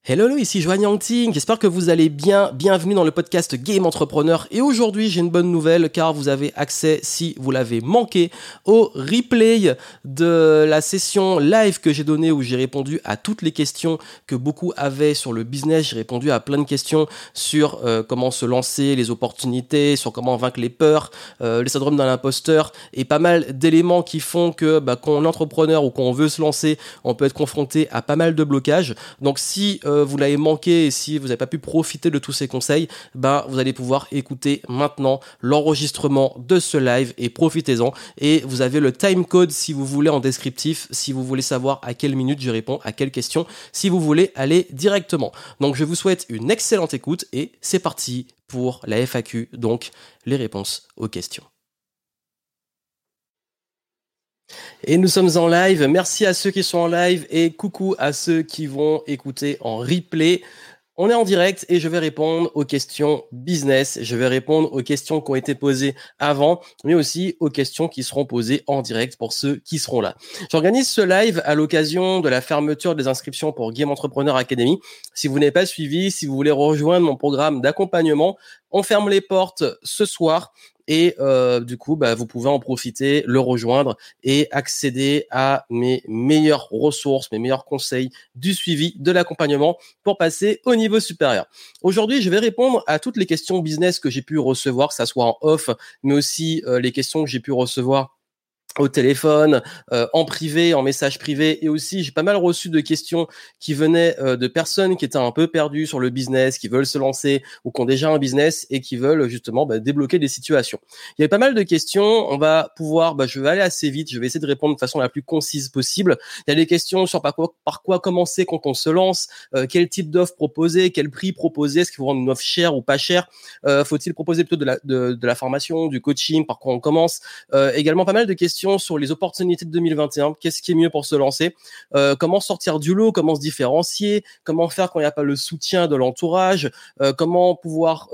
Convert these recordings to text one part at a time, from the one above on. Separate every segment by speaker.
Speaker 1: Hello, ici Joanne Yangting, j'espère que vous allez bien, bienvenue dans le podcast Game Entrepreneur et aujourd'hui j'ai une bonne nouvelle car vous avez accès, si vous l'avez manqué, au replay de la session live que j'ai donnée où j'ai répondu à toutes les questions que beaucoup avaient sur le business, j'ai répondu à plein de questions sur comment se lancer, les opportunités, sur comment vaincre les peurs, le syndrome de l'imposteur et pas mal d'éléments qui font que quand on est entrepreneur ou qu'on veut se lancer, on peut être confronté à pas mal de blocages. Donc si vous l'avez manqué et si vous n'avez pas pu profiter de tous ces conseils, vous allez pouvoir écouter maintenant l'enregistrement de ce live et profitez-en. Et vous avez le time code si vous voulez en descriptif, si vous voulez savoir à quelle minute je réponds à quelle question, si vous voulez aller directement. Donc je vous souhaite une excellente écoute et c'est parti pour la FAQ, donc les réponses aux questions. Et nous sommes en live, merci à ceux qui sont en live et coucou à ceux qui vont écouter en replay. On est en direct et je vais répondre aux questions business, je vais répondre aux questions qui ont été posées avant, mais aussi aux questions qui seront posées en direct pour ceux qui seront là. J'organise ce live à l'occasion de la fermeture des inscriptions pour Game Entrepreneur Academy. Si vous n'avez pas suivi, si vous voulez rejoindre mon programme d'accompagnement, on ferme les portes ce soir. Et du coup, vous pouvez en profiter, le rejoindre et accéder à mes meilleures ressources, mes meilleurs conseils du suivi, de l'accompagnement pour passer au niveau supérieur. Aujourd'hui, je vais répondre à toutes les questions business que j'ai pu recevoir, que ça soit en off, mais aussi les questions que j'ai pu recevoir au téléphone, en privé, en message privé, et aussi j'ai pas mal reçu de questions qui venaient de personnes qui étaient un peu perdues sur le business, qui veulent se lancer ou qui ont déjà un business et qui veulent justement débloquer des situations. Il y avait pas mal de questions, on va pouvoir, je vais aller assez vite, je vais essayer de répondre de façon la plus concise possible. Il y a des questions sur par quoi commencer quand on se lance, quel type d'offre proposer, quel prix proposer, est-ce qu'il faut vendre une offre chère ou pas chère, faut-il proposer plutôt de la formation, du coaching, par quoi on commence, également pas mal de questions sur les opportunités de 2021, qu'est-ce qui est mieux pour se lancer, comment sortir du lot, comment se différencier, comment faire quand il n'y a pas le soutien de l'entourage, comment pouvoir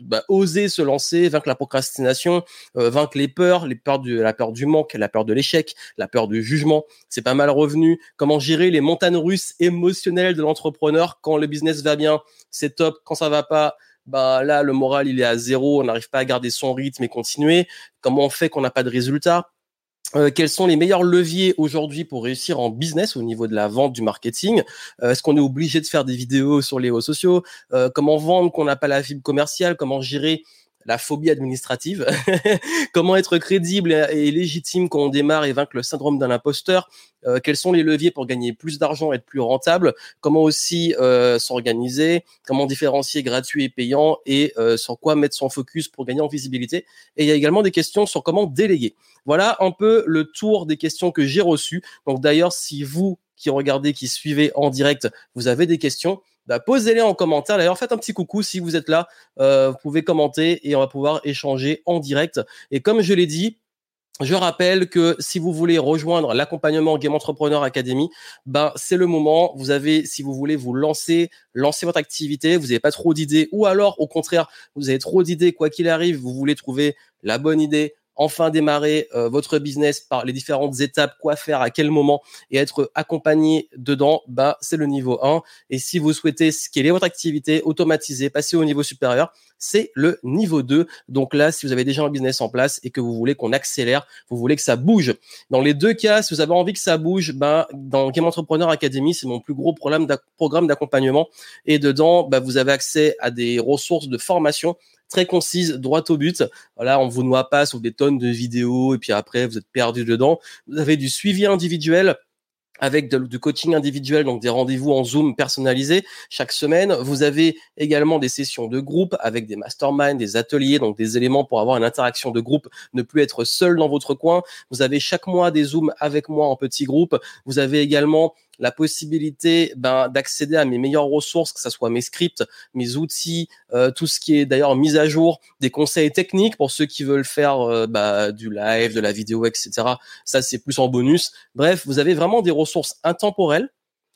Speaker 1: oser se lancer, vaincre la procrastination, vaincre les peurs, la peur du manque, la peur de l'échec, la peur du jugement, c'est pas mal revenu, comment gérer les montagnes russes émotionnelles de l'entrepreneur, quand le business va bien, c'est top, quand ça va pas, là le moral il est à zéro, on n'arrive pas à garder son rythme et continuer, comment on fait qu'on n'a pas de résultats, quels sont les meilleurs leviers aujourd'hui pour réussir en business au niveau de la vente, du marketing, est-ce qu'on est obligé de faire des vidéos sur les réseaux sociaux, comment vendre qu'on n'a pas la fibre commerciale, comment gérer la phobie administrative, comment être crédible et légitime quand on démarre et vaincre le syndrome d'un imposteur, quels sont les leviers pour gagner plus d'argent, être plus rentable, comment aussi s'organiser, comment différencier gratuit et payant et sur quoi mettre son focus pour gagner en visibilité. Et il y a également des questions sur comment déléguer. Voilà un peu le tour des questions que j'ai reçues. Donc d'ailleurs, si vous qui regardez, qui suivez en direct, vous avez des questions, posez-les en commentaire. D'ailleurs, faites un petit coucou si vous êtes là. Vous pouvez commenter et on va pouvoir échanger en direct. Et comme je l'ai dit, je rappelle que si vous voulez rejoindre l'accompagnement Game Entrepreneur Academy, c'est le moment. Vous avez, si vous voulez vous lancer votre activité, vous n'avez pas trop d'idées ou alors au contraire, vous avez trop d'idées, quoi qu'il arrive, vous voulez trouver la bonne idée, enfin démarrer votre business par les différentes étapes, quoi faire, à quel moment et être accompagné dedans, c'est le niveau 1. Et si vous souhaitez scaler votre activité, automatiser, passer au niveau supérieur, c'est le niveau 2. Donc là, si vous avez déjà un business en place et que vous voulez qu'on accélère, vous voulez que ça bouge. Dans les deux cas, si vous avez envie que ça bouge, dans Game Entrepreneur Academy, c'est mon plus gros programme d'accompagnement. Et dedans, vous avez accès à des ressources de formation très concise, droit au but. Voilà, on vous noie pas sur des tonnes de vidéos et puis après vous êtes perdu dedans. Vous avez du suivi individuel avec du coaching individuel, donc des rendez-vous en Zoom personnalisés chaque semaine. Vous avez également des sessions de groupe avec des masterminds, des ateliers, donc des éléments pour avoir une interaction de groupe, ne plus être seul dans votre coin. Vous avez chaque mois des Zooms avec moi en petits groupes. Vous avez également la possibilité d'accéder à mes meilleures ressources, que ce soit mes scripts, mes outils, tout ce qui est d'ailleurs mis à jour, des conseils techniques pour ceux qui veulent faire du live, de la vidéo, etc. Ça, c'est plus en bonus. Bref, vous avez vraiment des ressources intemporelles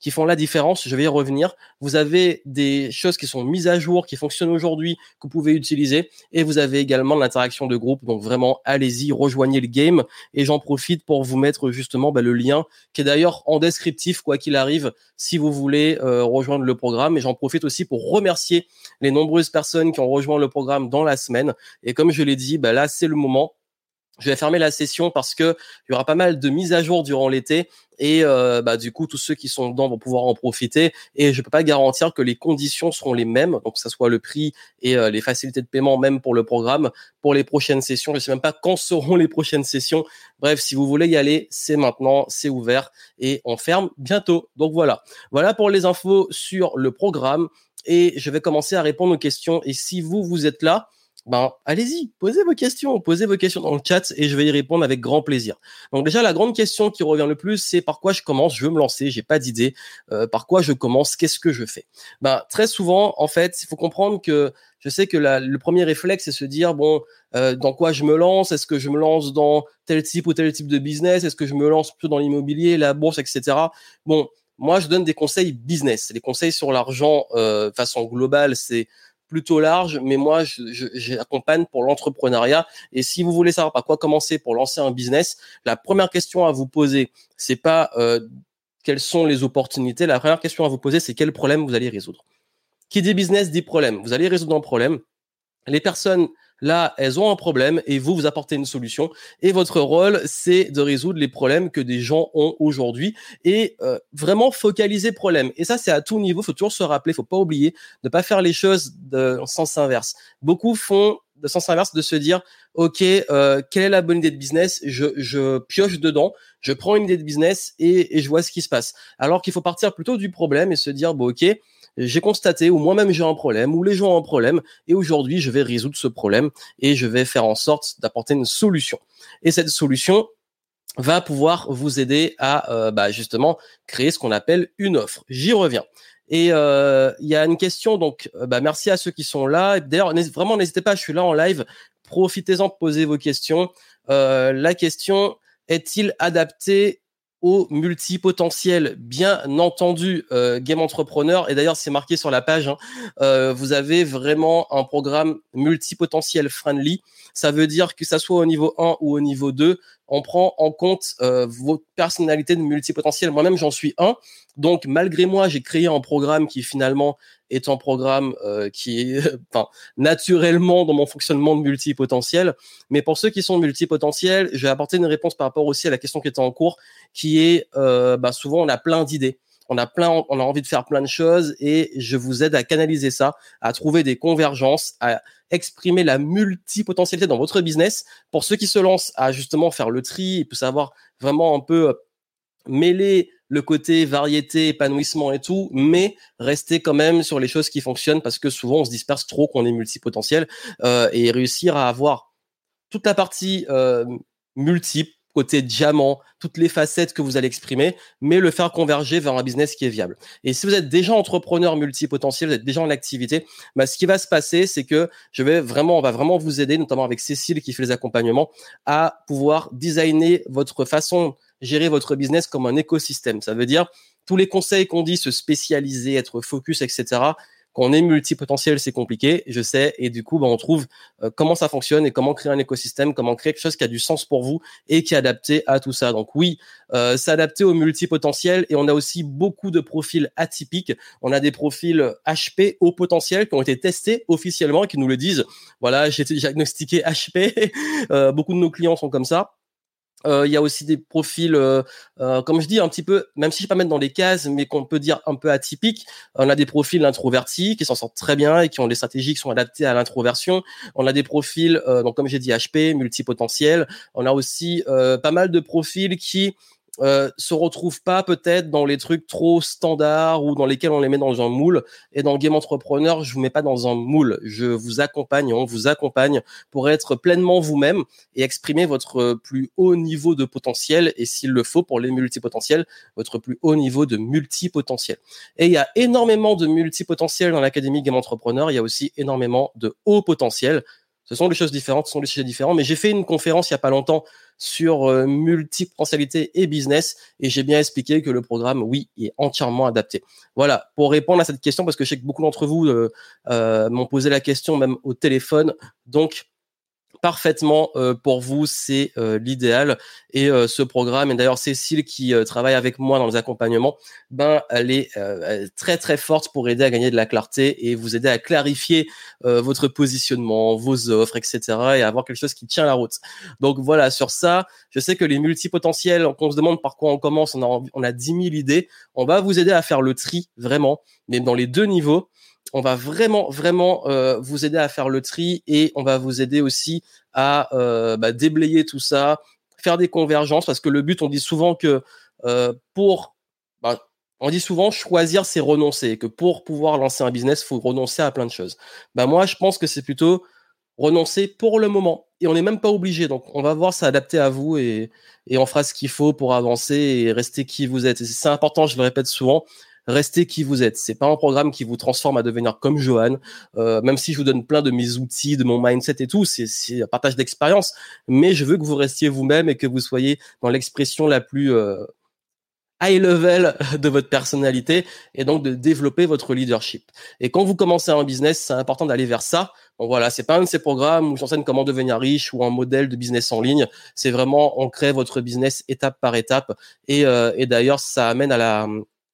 Speaker 1: qui font la différence. Je vais y revenir. Vous avez des choses qui sont mises à jour, qui fonctionnent aujourd'hui, que vous pouvez utiliser. Et vous avez également l'interaction de groupe. Donc vraiment, allez-y, rejoignez le game. Et j'en profite pour vous mettre justement le lien, qui est d'ailleurs en descriptif, quoi qu'il arrive, si vous voulez rejoindre le programme. Et j'en profite aussi pour remercier les nombreuses personnes qui ont rejoint le programme dans la semaine. Et comme je l'ai dit, là, c'est le moment. Je vais fermer la session parce que il y aura pas mal de mises à jour durant l'été et du coup tous ceux qui sont dedans vont pouvoir en profiter et je peux pas garantir que les conditions seront les mêmes, donc que ça soit le prix et les facilités de paiement même pour le programme pour les prochaines sessions. Je sais même pas quand seront les prochaines sessions. Bref, si vous voulez y aller, c'est maintenant, c'est ouvert et on ferme bientôt. Donc voilà pour les infos sur le programme et je vais commencer à répondre aux questions. Et si vous êtes là, allez-y, posez vos questions dans le chat et je vais y répondre avec grand plaisir. Donc déjà, la grande question qui revient le plus, c'est par quoi je commence, je veux me lancer, j'ai pas d'idée, par quoi je commence, qu'est-ce que je fais? Très souvent, en fait, il faut comprendre que je sais que le premier réflexe, c'est se dire, dans quoi je me lance? Est-ce que je me lance dans tel type ou tel type de business? Est-ce que je me lance plutôt dans l'immobilier, la bourse, etc. Moi, je donne des conseils business. Les conseils sur l'argent, façon globale, c'est plutôt large, mais moi, j'accompagne pour l'entrepreneuriat. Et si vous voulez savoir par quoi commencer pour lancer un business, la première question à vous poser, c'est pas quelles sont les opportunités. La première question à vous poser, c'est quel problème vous allez résoudre. Qui dit business dit problème. Vous allez résoudre un problème. Les personnes là, elles ont un problème et vous apportez une solution. Et votre rôle, c'est de résoudre les problèmes que des gens ont aujourd'hui et vraiment focaliser problème. Et ça, c'est à tout niveau. Il faut toujours se rappeler, il faut pas oublier de pas faire les choses de sens inverse. Beaucoup font de sens inverse, de se dire, OK, quelle est la bonne idée de business? Je pioche dedans, je prends une idée de business et je vois ce qui se passe. Alors qu'il faut partir plutôt du problème et se dire, OK, j'ai constaté, ou moi-même j'ai un problème, ou les gens ont un problème, et aujourd'hui je vais résoudre ce problème et je vais faire en sorte d'apporter une solution. Et cette solution va pouvoir vous aider à justement créer ce qu'on appelle une offre. J'y reviens. Et il y a une question, donc merci à ceux qui sont là. D'ailleurs, vraiment n'hésitez pas, je suis là en live. Profitez-en pour poser vos questions. La question, est-il adapté au multipotentiel? Bien entendu, Game Entrepreneur, et d'ailleurs c'est marqué sur la page, vous avez vraiment un programme multipotentiel friendly. Ça veut dire que ça soit au niveau 1 ou au niveau 2, on prend en compte vos personnalités de multipotentiel. Moi-même, j'en suis un. Donc, malgré moi, j'ai créé un programme qui finalement est un programme qui est naturellement dans mon fonctionnement de multipotentiel. Mais pour ceux qui sont multipotentiels, je vais apporter une réponse par rapport aussi à la question qui était en cours, qui est souvent on a plein d'idées. On a envie de faire plein de choses et je vous aide à canaliser ça, à trouver des convergences, à exprimer la multipotentialité dans votre business. Pour ceux qui se lancent à justement faire le tri et puis savoir vraiment un peu mêler le côté variété, épanouissement et tout, mais rester quand même sur les choses qui fonctionnent parce que souvent on se disperse trop qu'on est multipotentiel et réussir à avoir toute la partie multiple, côté diamant, toutes les facettes que vous allez exprimer, mais le faire converger vers un business qui est viable. Et si vous êtes déjà entrepreneur multipotentiel, vous êtes déjà en activité, ce qui va se passer, c'est que on va vraiment vous aider, notamment avec Cécile qui fait les accompagnements, à pouvoir designer votre façon, gérer votre business comme un écosystème. Ça veut dire tous les conseils qu'on dit, se spécialiser, être focus, etc. Quand on est multipotentiel, c'est compliqué, je sais, et du coup, on trouve comment ça fonctionne et comment créer un écosystème, comment créer quelque chose qui a du sens pour vous et qui est adapté à tout ça. Donc oui, c'est adapté au multipotentiel et on a aussi beaucoup de profils atypiques. On a des profils HP haut potentiel qui ont été testés officiellement et qui nous le disent. Voilà, j'ai été diagnostiqué HP. Beaucoup de nos clients sont comme ça. Il y a aussi des profils, comme je dis, un petit peu, même si je ne vais pas mettre dans les cases, mais qu'on peut dire un peu atypiques. On a des profils introvertis qui s'en sortent très bien et qui ont des stratégies qui sont adaptées à l'introversion. On a des profils, donc comme j'ai dit, HP, multipotentiels. On a aussi pas mal de profils qui se retrouvent pas peut-être dans les trucs trop standards ou dans lesquels on les met dans un moule. Et dans Game Entrepreneur, je vous mets pas dans un moule. Je vous accompagne, on vous accompagne pour être pleinement vous-même et exprimer votre plus haut niveau de potentiel. Et s'il le faut, pour les multipotentiels, votre plus haut niveau de multipotentiel. Et il y a énormément de multipotentiels dans l'Académie Game Entrepreneur. Il y a aussi énormément de haut potentiel. Ce sont des choses différentes, ce sont des sujets différents. Mais j'ai fait une conférence il y a pas longtemps sur multipotentialité et business, et j'ai bien expliqué que le programme, oui, est entièrement adapté. Voilà, pour répondre à cette question, parce que je sais que beaucoup d'entre vous m'ont posé la question même au téléphone. Donc, parfaitement pour vous, c'est l'idéal. Et ce programme, et d'ailleurs Cécile qui travaille avec moi dans les accompagnements, elle est très très forte pour aider à gagner de la clarté et vous aider à clarifier votre positionnement, vos offres, etc. et à avoir quelque chose qui tient la route. Donc voilà, sur ça, je sais que les multipotentiels, qu'on se demande par quoi on commence, on a 10 000 idées. On va vous aider à faire le tri, vraiment, mais dans les deux niveaux. On va vraiment vous aider à faire le tri et on va vous aider aussi à déblayer tout ça, faire des convergences, parce que le but, on dit souvent que on dit souvent choisir c'est renoncer, que pour pouvoir lancer un business, il faut renoncer à plein de choses. Moi, je pense que c'est plutôt renoncer pour le moment et on n'est même pas obligé. Donc, on va voir s'adapter à vous et on fera ce qu'il faut pour avancer et rester qui vous êtes. Et c'est important, je le répète souvent. Restez qui vous êtes. C'est pas un programme qui vous transforme à devenir comme Johan. Même si je vous donne plein de mes outils, de mon mindset et tout, c'est un partage d'expérience. Mais je veux que vous restiez vous-même et que vous soyez dans l'expression la plus high level de votre personnalité et donc de développer votre leadership. Et quand vous commencez un business, c'est important d'aller vers ça. Bon voilà, c'est pas un de ces programmes où j'enseigne comment devenir riche ou un modèle de business en ligne. C'est vraiment on crée votre business étape par étape. Et d'ailleurs, ça amène à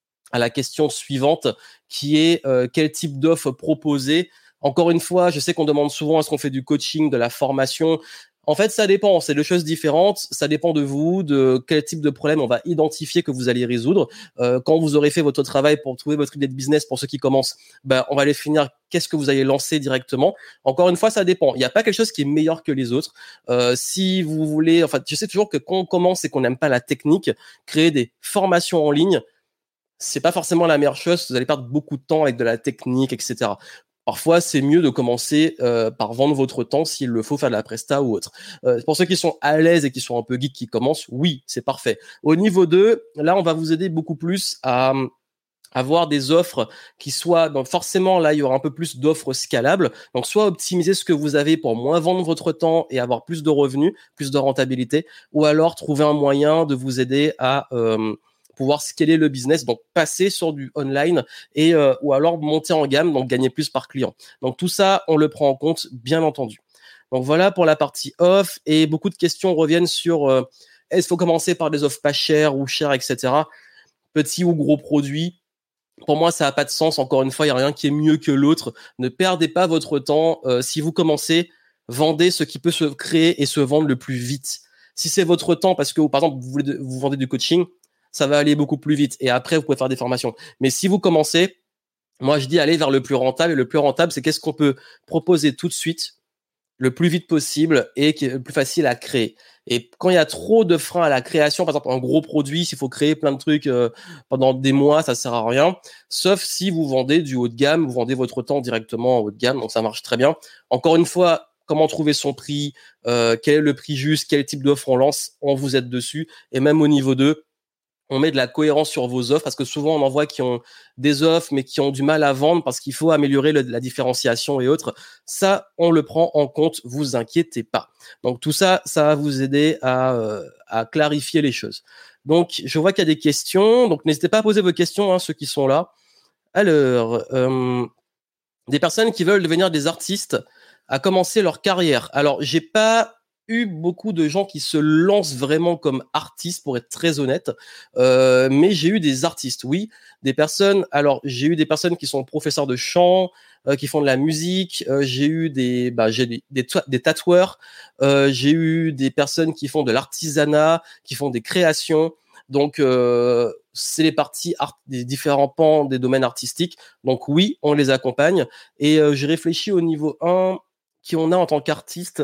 Speaker 1: la question suivante qui est quel type d'offre proposer. Encore une fois, je sais qu'on demande souvent est-ce qu'on fait du coaching, de la formation. En fait, ça dépend, c'est deux choses différentes. Ça dépend de vous, de quel type de problème on va identifier que vous allez résoudre. Quand vous aurez fait votre travail pour trouver votre idée de business, pour ceux qui commencent, on va les finir. Qu'est-ce que vous allez lancer directement? Encore une fois, ça dépend. Il n'y a pas quelque chose qui est meilleur que les autres. Si vous voulez, enfin, je sais toujours que quand on commence et qu'on n'aime pas la technique, créer des formations en ligne, c'est pas forcément la meilleure chose. Vous allez perdre beaucoup de temps avec de la technique, etc. Parfois, c'est mieux de commencer par vendre votre temps s'il le faut, faire de la presta ou autre. Pour ceux qui sont à l'aise et qui sont un peu geeks, qui commencent, oui, c'est parfait. Au niveau 2, là, on va vous aider beaucoup plus à avoir des offres qui soient, donc forcément là il y aura un peu plus d'offres scalables, donc soit optimiser ce que vous avez pour moins vendre votre temps et avoir plus de revenus, plus de rentabilité, ou alors trouver un moyen de vous aider à pouvoir scaler le business, donc passer sur du online et ou alors monter en gamme, donc gagner plus par client. Donc tout ça, on le prend en compte, bien entendu. Donc voilà pour la partie off, et beaucoup de questions reviennent sur est-ce qu'il faut commencer par des offres pas chères ou chères, etc. Petit ou gros produit. Pour moi, ça n'a pas de sens. Encore une fois, il n'y a rien qui est mieux que l'autre. Ne perdez pas votre temps. Si vous commencez, vendez ce qui peut se créer et se vendre le plus vite. Si c'est votre temps, parce que, par exemple, vous vendez du coaching, ça va aller beaucoup plus vite. Et après, vous pouvez faire des formations. Mais si vous commencez, moi, je dis aller vers le plus rentable. Et le plus rentable, c'est qu'est-ce qu'on peut proposer tout de suite, le plus vite possible et qui est le plus facile à créer. Et quand il y a trop de freins à la création, par exemple un gros produit, s'il faut créer plein de trucs pendant des mois, ça sert à rien. Sauf si vous vendez du haut de gamme, vous vendez votre temps directement en haut de gamme, donc ça marche très bien. Encore une fois, comment trouver son prix, quel est le prix juste, quel type d'offre on lance, on vous aide dessus. Et même au niveau 2, on met de la cohérence sur vos offres, parce que souvent on en voit qui ont des offres mais qui ont du mal à vendre parce qu'il faut améliorer la différenciation et autres. Ça, on le prend en compte, vous inquiétez pas. Donc tout ça, ça va vous aider à clarifier les choses. Donc je vois qu'il y a des questions, donc n'hésitez pas à poser vos questions, hein, ceux qui sont là. Alors, des personnes qui veulent devenir des artistes, à commencer leur carrière. Alors, j'ai pas eu beaucoup de gens qui se lancent vraiment comme artistes, pour être très honnête, mais j'ai eu des artistes, oui, des personnes. Alors, j'ai eu des personnes qui sont professeurs de chant, qui font de la musique. J'ai eu des tatoueurs. J'ai eu des personnes qui font de l'artisanat, qui font des créations. Donc, c'est les parties des différents pans des domaines artistiques. Donc oui, on les accompagne. Et j'ai réfléchi au niveau 1 qui on a en tant qu'artiste.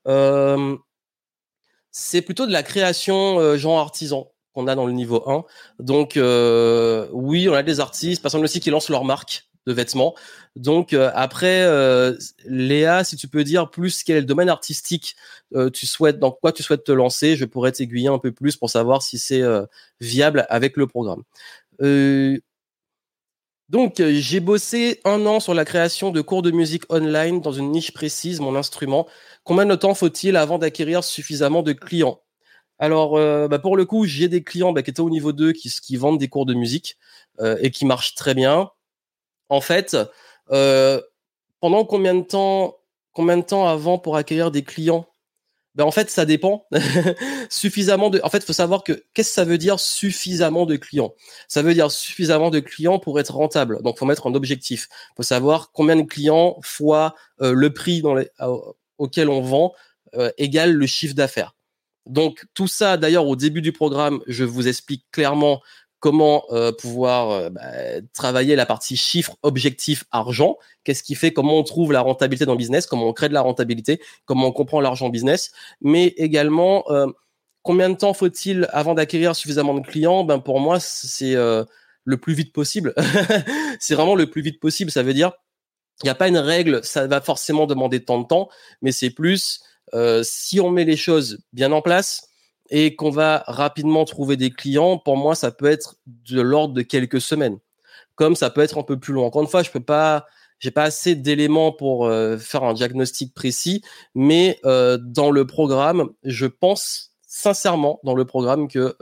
Speaker 1: C'est plutôt de la création genre artisan qu'on a dans le niveau 1. Donc oui, on a des artistes, personnes aussi qui lancent leur marque de vêtements. Donc après, Léa, si tu peux dire plus quel est le domaine artistique dans quoi tu souhaites te lancer, je pourrais t'aiguiller un peu plus pour savoir si c'est viable avec le programme. Donc, j'ai bossé 1 an sur la création de cours de musique online dans une niche précise, mon instrument. Combien de temps faut-il avant d'acquérir suffisamment de clients? Alors, pour le coup, j'ai des clients qui étaient au niveau 2 qui vendent des cours de musique et qui marchent très bien. En fait, euh, pendant combien de temps avant pour acquérir des clients? En fait, ça dépend. Suffisamment de. En fait, faut savoir que qu'est-ce que ça veut dire suffisamment de clients? Ça veut dire suffisamment de clients pour être rentable. Donc, faut mettre un objectif. Faut savoir combien de clients fois le prix auquel on vend égale le chiffre d'affaires. Donc tout ça, d'ailleurs, au début du programme, je vous explique clairement comment pouvoir travailler la partie chiffres, objectifs, argent. Qu'est-ce qui fait, comment on trouve la rentabilité dans le business, comment on crée de la rentabilité, comment on comprend l'argent business, mais également combien de temps faut-il avant d'acquérir suffisamment de clients? Pour moi, c'est le plus vite possible. C'est vraiment le plus vite possible. Ça veut dire il n'y a pas une règle, ça va forcément demander tant de temps, mais c'est plus si on met les choses bien en place et qu'on va rapidement trouver des clients, pour moi, ça peut être de l'ordre de quelques semaines. Comme ça peut être un peu plus long. Encore une fois, j'ai pas assez d'éléments pour faire un diagnostic précis, mais dans le programme, je pense sincèrement dans le programme que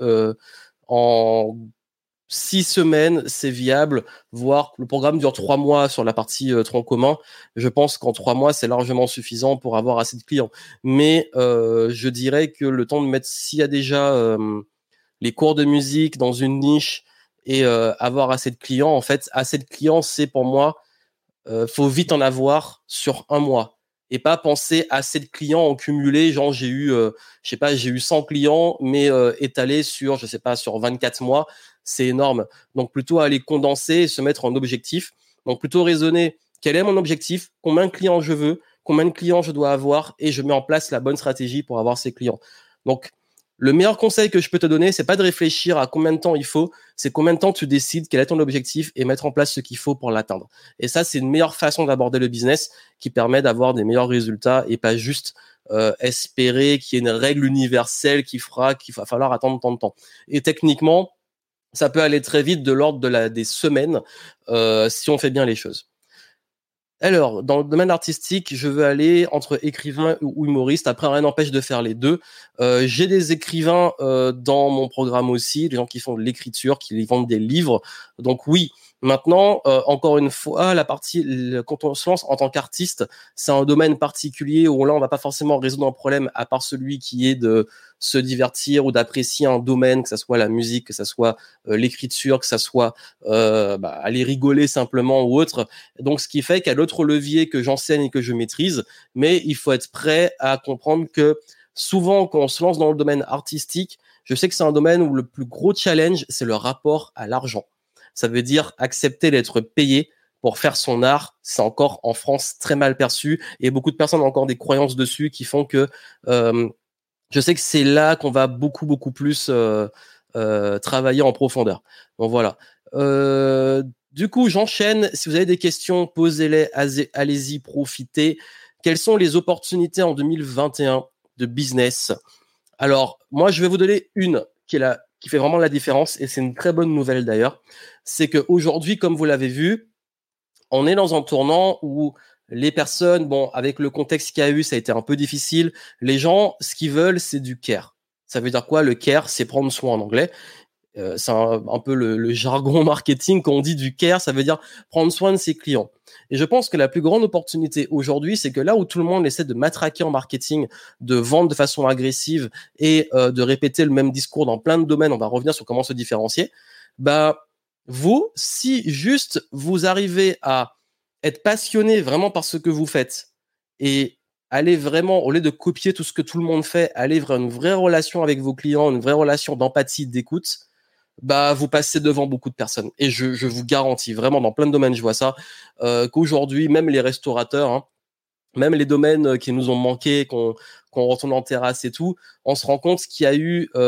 Speaker 1: en 6 semaines, c'est viable, voire le programme dure 3 mois sur la partie tronc commun. Je pense qu'en 3 mois, c'est largement suffisant pour avoir assez de clients. Mais je dirais que le temps de mettre, s'il y a déjà les cours de musique dans une niche et avoir assez de clients, en fait, assez de clients, c'est pour moi, faut vite en avoir sur 1 mois. Et pas penser à assez de clients en cumulé, genre je sais pas, j'ai eu 100 clients, mais étalés sur, je sais pas, sur 24 mois, c'est énorme. Donc plutôt aller condenser et se mettre en objectif. Donc plutôt raisonner, quel est mon objectif, combien de clients je veux, combien de clients je dois avoir, et je mets en place la bonne stratégie pour avoir ces clients. Donc le meilleur conseil que je peux te donner, c'est pas de réfléchir à combien de temps il faut, c'est combien de temps tu décides, quel est ton objectif et mettre en place ce qu'il faut pour l'atteindre. Et ça, c'est une meilleure façon d'aborder le business qui permet d'avoir des meilleurs résultats et pas juste espérer qu'il y ait une règle universelle qui fera qu'il va falloir attendre tant de temps. Et techniquement, ça peut aller très vite de l'ordre des semaines si on fait bien les choses. Alors, dans le domaine artistique, je veux aller entre écrivain ou humoriste. Après, rien n'empêche de faire les deux. J'ai des écrivains dans mon programme aussi, des gens qui font de l'écriture, qui vendent des livres. Donc oui, maintenant, encore une fois, quand on se lance en tant qu'artiste, c'est un domaine particulier où là, on va pas forcément résoudre un problème à part celui qui est de se divertir ou d'apprécier un domaine, que ça soit la musique, que ça soit l'écriture, que ça soit aller rigoler simplement ou autre. Donc, ce qui fait qu'il y a d'autres leviers que j'enseigne et que je maîtrise, mais il faut être prêt à comprendre que souvent, quand on se lance dans le domaine artistique, je sais que c'est un domaine où le plus gros challenge, c'est le rapport à l'argent. Ça veut dire accepter d'être payé pour faire son art. C'est encore en France très mal perçu et beaucoup de personnes ont encore des croyances dessus qui font que je sais que c'est là qu'on va beaucoup, beaucoup plus travailler en profondeur. Donc voilà. Du coup, j'enchaîne. Si vous avez des questions, posez-les. Allez-y, profitez. Quelles sont les opportunités en 2021 de business? Alors, moi, je vais vous donner une qui fait vraiment la différence, et c'est une très bonne nouvelle d'ailleurs. C'est qu'aujourd'hui, comme vous l'avez vu, on est dans un tournant où les personnes, avec le contexte qu'il y a eu, ça a été un peu difficile. Les gens, ce qu'ils veulent, c'est du care. Ça veut dire quoi? Le care, c'est prendre soin en anglais. C'est un peu le jargon marketing. Quand on dit du care, ça veut dire prendre soin de ses clients. Et je pense que la plus grande opportunité aujourd'hui, c'est que là où tout le monde essaie de matraquer en marketing, de vendre de façon agressive et de répéter le même discours dans plein de domaines, on va revenir sur comment se différencier. Vous, si juste vous arrivez à être passionné vraiment par ce que vous faites et aller vraiment, au lieu de copier tout ce que tout le monde fait, aller vers une vraie relation avec vos clients, une vraie relation d'empathie, d'écoute, vous passez devant beaucoup de personnes. Et je vous garantis, vraiment, dans plein de domaines, je vois ça, qu'aujourd'hui, même les restaurateurs, hein, même les domaines qui nous ont manqué, qu'on retourne en terrasse et tout, on se rend compte qu'il y a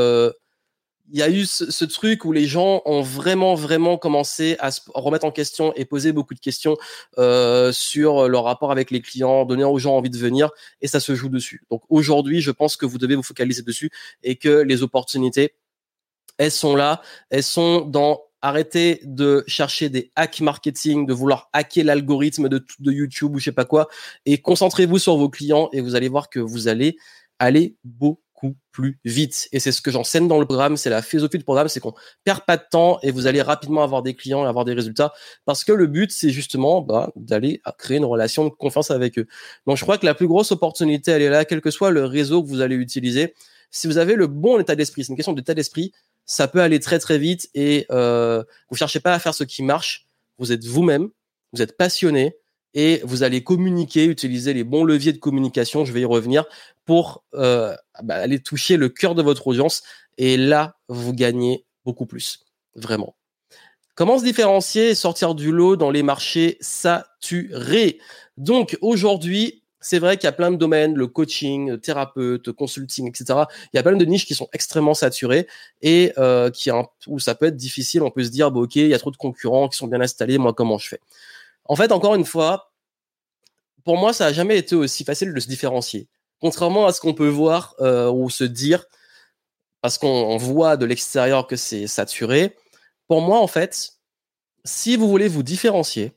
Speaker 1: eu ce truc où les gens ont vraiment, vraiment commencé à se remettre en question et poser beaucoup de questions sur leur rapport avec les clients, donner aux gens envie de venir, et ça se joue dessus. Donc aujourd'hui, je pense que vous devez vous focaliser dessus et que les opportunités, elles sont là, elles sont dans Arrêtez de chercher des hacks marketing, de vouloir hacker l'algorithme de YouTube ou je sais pas quoi, et concentrez-vous sur vos clients et vous allez voir que vous allez aller beaucoup plus vite. Et c'est ce que j'enseigne dans le programme, c'est la philosophie du programme, c'est qu'on perd pas de temps et vous allez rapidement avoir des clients et avoir des résultats parce que le but, c'est justement d'aller créer une relation de confiance avec eux. Donc, je crois que la plus grosse opportunité, elle est là, quel que soit le réseau que vous allez utiliser. Si vous avez le bon état d'esprit, c'est une question d'état d'esprit, ça peut aller très très vite et vous cherchez pas à faire ce qui marche. Vous êtes vous-même, vous êtes passionné et vous allez communiquer, utiliser les bons leviers de communication. Je vais y revenir pour aller toucher le cœur de votre audience et là vous gagnez beaucoup plus, vraiment. Comment se différencier et sortir du lot dans les marchés saturés? Donc aujourd'hui, c'est vrai qu'il y a plein de domaines, le coaching, thérapeute, consulting, etc. Il y a plein de niches qui sont extrêmement saturées et où ça peut être difficile. On peut se dire, ok, il y a trop de concurrents qui sont bien installés, moi comment je fais? En fait, encore une fois, pour moi, ça n'a jamais été aussi facile de se différencier. Contrairement à ce qu'on peut voir ou se dire, parce qu'on voit de l'extérieur que c'est saturé, pour moi, en fait, si vous voulez vous différencier,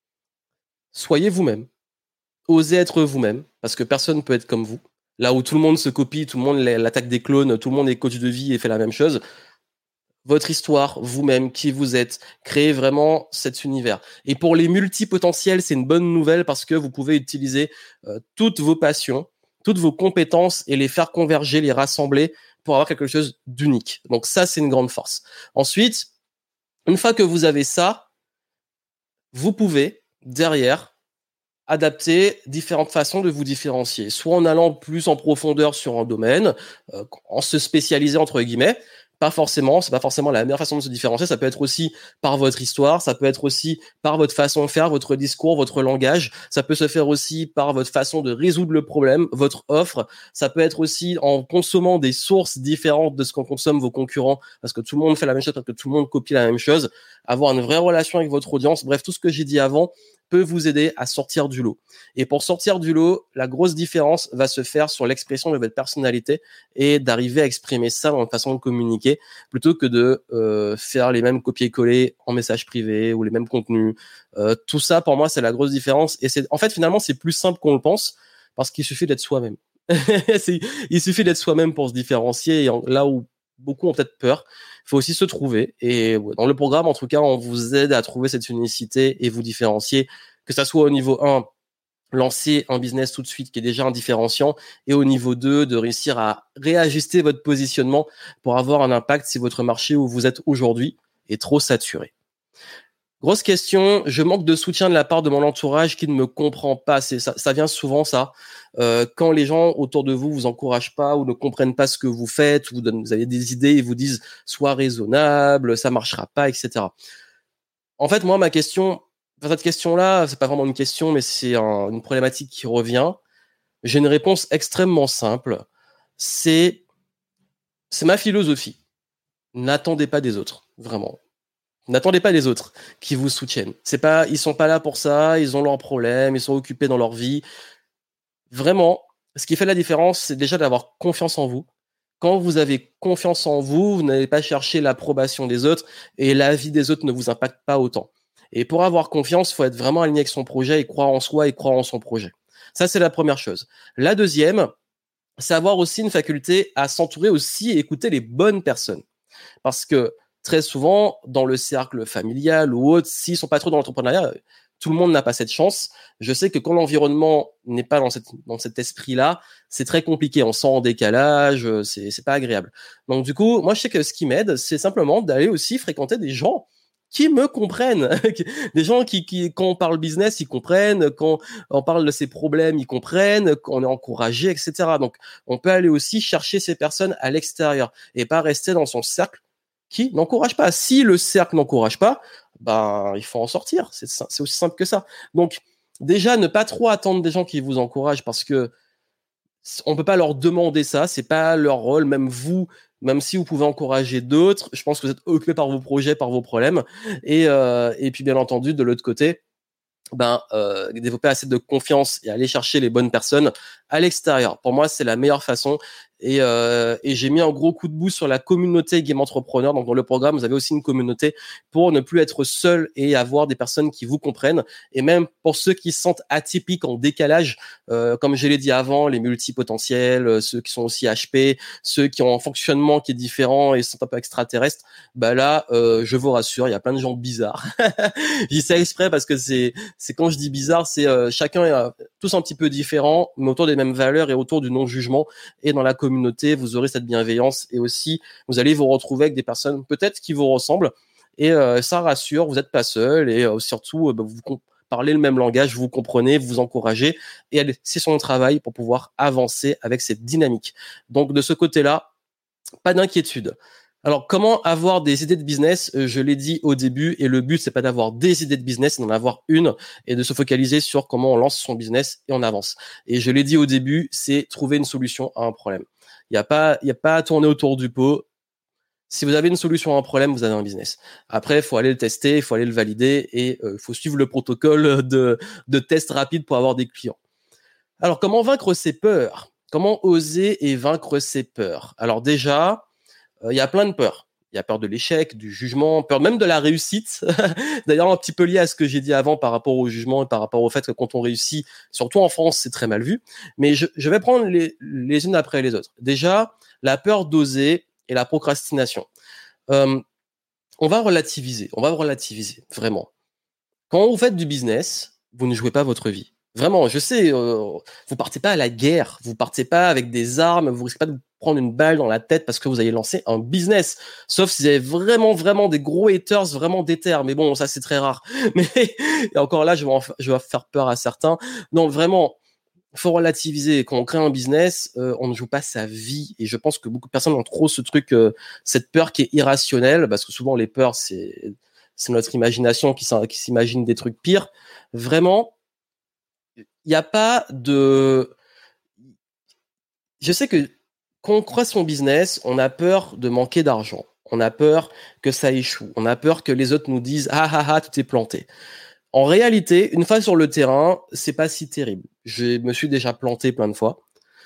Speaker 1: soyez vous-même. Osez être vous-même, parce que personne ne peut être comme vous. Là où tout le monde se copie, tout le monde l'attaque des clones, tout le monde est coach de vie et fait la même chose. Votre histoire, vous-même, qui vous êtes, créez vraiment cet univers. Et pour les multipotentiels, c'est une bonne nouvelle parce que vous pouvez utiliser toutes vos passions, toutes vos compétences et les faire converger, les rassembler pour avoir quelque chose d'unique. Donc ça, c'est une grande force. Ensuite, une fois que vous avez ça, vous pouvez, derrière, adapter différentes façons de vous différencier, soit en allant plus en profondeur sur un domaine, en se spécialisant entre guillemets. C'est pas forcément la meilleure façon de se différencier. Ça peut être aussi par votre histoire, ça peut être aussi par votre façon de faire, votre discours, votre langage. Ça peut se faire aussi par votre façon de résoudre le problème, votre offre. Ça peut être aussi en consommant des sources différentes de ce qu'en consomment vos concurrents, parce que tout le monde fait la même chose, parce que tout le monde copie la même chose. Avoir une vraie relation avec votre audience. Bref, tout ce que j'ai dit avant peut vous aider à sortir du lot. Et pour sortir du lot, la grosse différence va se faire sur l'expression de votre personnalité et d'arriver à exprimer ça dans votre façon de communiquer plutôt que de faire les mêmes copier-coller en message privé ou les mêmes contenus. Tout ça, pour moi, c'est la grosse différence. Et en fait, finalement, c'est plus simple qu'on le pense parce qu'il suffit d'être soi-même. Il suffit d'être soi-même pour se différencier. Et là où beaucoup ont peut-être peur, il faut aussi se trouver. Et dans le programme, en tout cas, on vous aide à trouver cette unicité et vous différencier, que ça soit au niveau 1, lancer un business tout de suite qui est déjà un différenciant, et au niveau 2, de réussir à réajuster votre positionnement pour avoir un impact si votre marché où vous êtes aujourd'hui est trop saturé. Grosse question, je manque de soutien de la part de mon entourage qui ne me comprend pas. Ça vient souvent, ça. Quand les gens autour de vous vous encouragent pas ou ne comprennent pas ce que vous faites, vous avez des idées et vous disent « sois raisonnable, ça marchera pas, etc. » En fait, moi, cette question-là, c'est pas vraiment une question, mais c'est une problématique qui revient. J'ai une réponse extrêmement simple. C'est ma philosophie. N'attendez pas des autres, vraiment. N'attendez pas les autres qui vous soutiennent. Ils sont pas là pour ça, ils ont leurs problèmes, ils sont occupés dans leur vie. Vraiment, ce qui fait la différence, c'est déjà d'avoir confiance en vous. Quand vous avez confiance en vous, vous n'allez pas chercher l'approbation des autres et l'avis des autres ne vous impacte pas autant. Et pour avoir confiance, il faut être vraiment aligné avec son projet et croire en soi et croire en son projet. Ça, c'est la première chose. La deuxième, c'est avoir aussi une faculté à s'entourer aussi et écouter les bonnes personnes. Parce que très souvent, dans le cercle familial ou autre, s'ils sont pas trop dans l'entrepreneuriat, tout le monde n'a pas cette chance. Je sais que quand l'environnement n'est pas dans cet esprit-là, c'est très compliqué. On sent en décalage, c'est pas agréable. Donc du coup, moi je sais que ce qui m'aide, c'est simplement d'aller aussi fréquenter des gens qui me comprennent, des gens qui quand on parle business, ils comprennent, quand on parle de ses problèmes, ils comprennent, qu'on est encouragé, etc. Donc on peut aller aussi chercher ces personnes à l'extérieur et pas rester dans son cercle qui n'encourage pas. Si le cercle n'encourage pas, il faut en sortir. C'est aussi simple que ça. Donc, déjà, ne pas trop attendre des gens qui vous encouragent parce que on peut pas leur demander ça. C'est pas leur rôle. Même vous, même si vous pouvez encourager d'autres, je pense que vous êtes occupé par vos projets, par vos problèmes. Et puis, bien entendu, de l'autre côté, développer assez de confiance et aller chercher les bonnes personnes à l'extérieur. Pour moi, c'est la meilleure façon. Et j'ai mis un gros coup de boost sur la communauté Game Entrepreneur. Donc dans le programme, vous avez aussi une communauté pour ne plus être seul et avoir des personnes qui vous comprennent. Et même pour ceux qui se sentent atypiques, en décalage, comme je l'ai dit avant, les multipotentiels, ceux qui sont aussi HP, ceux qui ont un fonctionnement qui est différent et sont un peu extraterrestres, bah là, je vous rassure, il y a plein de gens bizarres. J'y sais exprès parce que c'est quand je dis bizarre, c'est chacun est tous un petit peu différents, mais autour des mêmes valeurs et autour du non-jugement. Et dans la communauté, vous aurez cette bienveillance et aussi, vous allez vous retrouver avec des personnes peut-être qui vous ressemblent. Et ça rassure, vous n'êtes pas seul et surtout, vous parlez le même langage, vous comprenez, vous encouragez et c'est son travail pour pouvoir avancer avec cette dynamique. Donc de ce côté-là, pas d'inquiétude. Alors, comment avoir des idées de business? Je l'ai dit au début, et le but, c'est pas d'avoir des idées de business, c'est d'en avoir une et de se focaliser sur comment on lance son business et on avance. Et je l'ai dit au début, c'est trouver une solution à un problème. Il y a pas à tourner autour du pot. Si vous avez une solution à un problème, vous avez un business. Après, il faut aller le tester, il faut aller le valider et il faut suivre le protocole de test rapide pour avoir des clients. Alors, comment vaincre ses peurs? Comment oser et vaincre ses peurs? Alors déjà, il y a plein de peurs. Il y a peur de l'échec, du jugement, peur même de la réussite. D'ailleurs, un petit peu lié à ce que j'ai dit avant par rapport au jugement et par rapport au fait que quand on réussit, surtout en France, c'est très mal vu. Mais je vais prendre les unes après les autres. Déjà, la peur d'oser et la procrastination. Euh, on va relativiser, vraiment. Quand vous faites du business, vous ne jouez pas votre vie. Vraiment, je sais, vous partez pas à la guerre, vous partez pas avec des armes, vous risquez pas de prendre une balle dans la tête parce que vous allez lancer un business. Sauf si vous avez vraiment des gros haters, vraiment déter. Mais bon, ça c'est très rare. Mais et encore là, je vais faire peur à certains. Non, vraiment, faut relativiser. Quand on crée un business, on ne joue pas sa vie. Et je pense que beaucoup de personnes ont trop ce truc, cette peur qui est irrationnelle, parce que souvent les peurs, c'est notre imagination qui s'imagine des trucs pires. Vraiment, il n'y a pas de... Je sais que quand on croit son business, on a peur de manquer d'argent. On a peur que ça échoue. On a peur que les autres nous disent « Ah ah ah, tu t'es planté ». En réalité, une fois sur le terrain, c'est pas si terrible. Je me suis déjà planté plein de fois.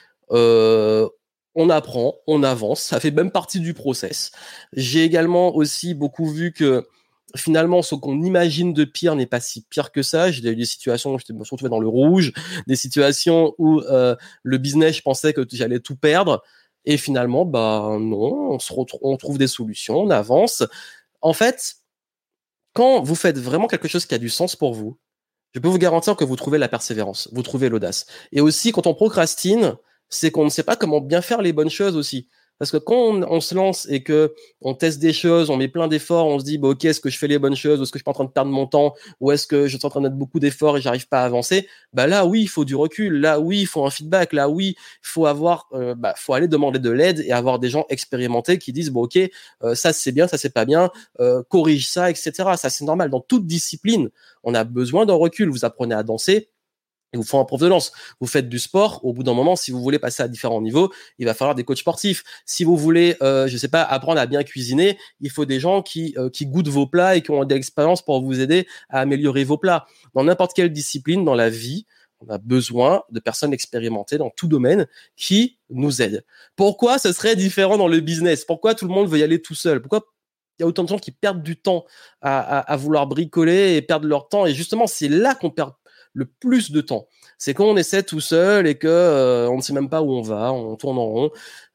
Speaker 1: On apprend, on avance, ça fait même partie du process. J'ai également aussi beaucoup vu que finalement, ce qu'on imagine de pire n'est pas si pire que ça. J'ai eu des situations où je me suis retrouvé dans le rouge, des situations où le business, je pensais que j'allais tout perdre. Et finalement, bah non, on trouve des solutions, on avance. En fait, quand vous faites vraiment quelque chose qui a du sens pour vous, je peux vous garantir que vous trouvez la persévérance, vous trouvez l'audace. Et aussi, quand on procrastine, c'est qu'on ne sait pas comment bien faire les bonnes choses aussi. Parce que quand on se lance et que on teste des choses, on met plein d'efforts, on se dit, bah, ok, est-ce que je fais les bonnes choses, ou est-ce que je suis pas en train de perdre mon temps, ou est-ce que je suis en train de mettre beaucoup d'efforts et j'arrive pas à avancer, bah là, oui, il faut du recul, là, oui, il faut un feedback, là, oui, il faut faut aller demander de l'aide et avoir des gens expérimentés qui disent, bon, ok, ça c'est bien, ça c'est pas bien, corrige ça, etc. Ça c'est normal. Dans toute discipline, on a besoin d'un recul. Vous apprenez à danser, il vous faut un prof de danse. Vous faites du sport. Au bout d'un moment, si vous voulez passer à différents niveaux, il va falloir des coachs sportifs. Si vous voulez, je sais pas, apprendre à bien cuisiner, il faut des gens qui goûtent vos plats et qui ont de l'expérience pour vous aider à améliorer vos plats. Dans n'importe quelle discipline, dans la vie, on a besoin de personnes expérimentées dans tout domaine qui nous aident. Pourquoi ce serait différent dans le business? Pourquoi tout le monde veut y aller tout seul? Pourquoi il y a autant de gens qui perdent du temps à vouloir bricoler et perdre leur temps? Et justement, c'est là qu'on perd le plus de temps. C'est quand on essaie tout seul et que on ne sait même pas où on va, on tourne en rond.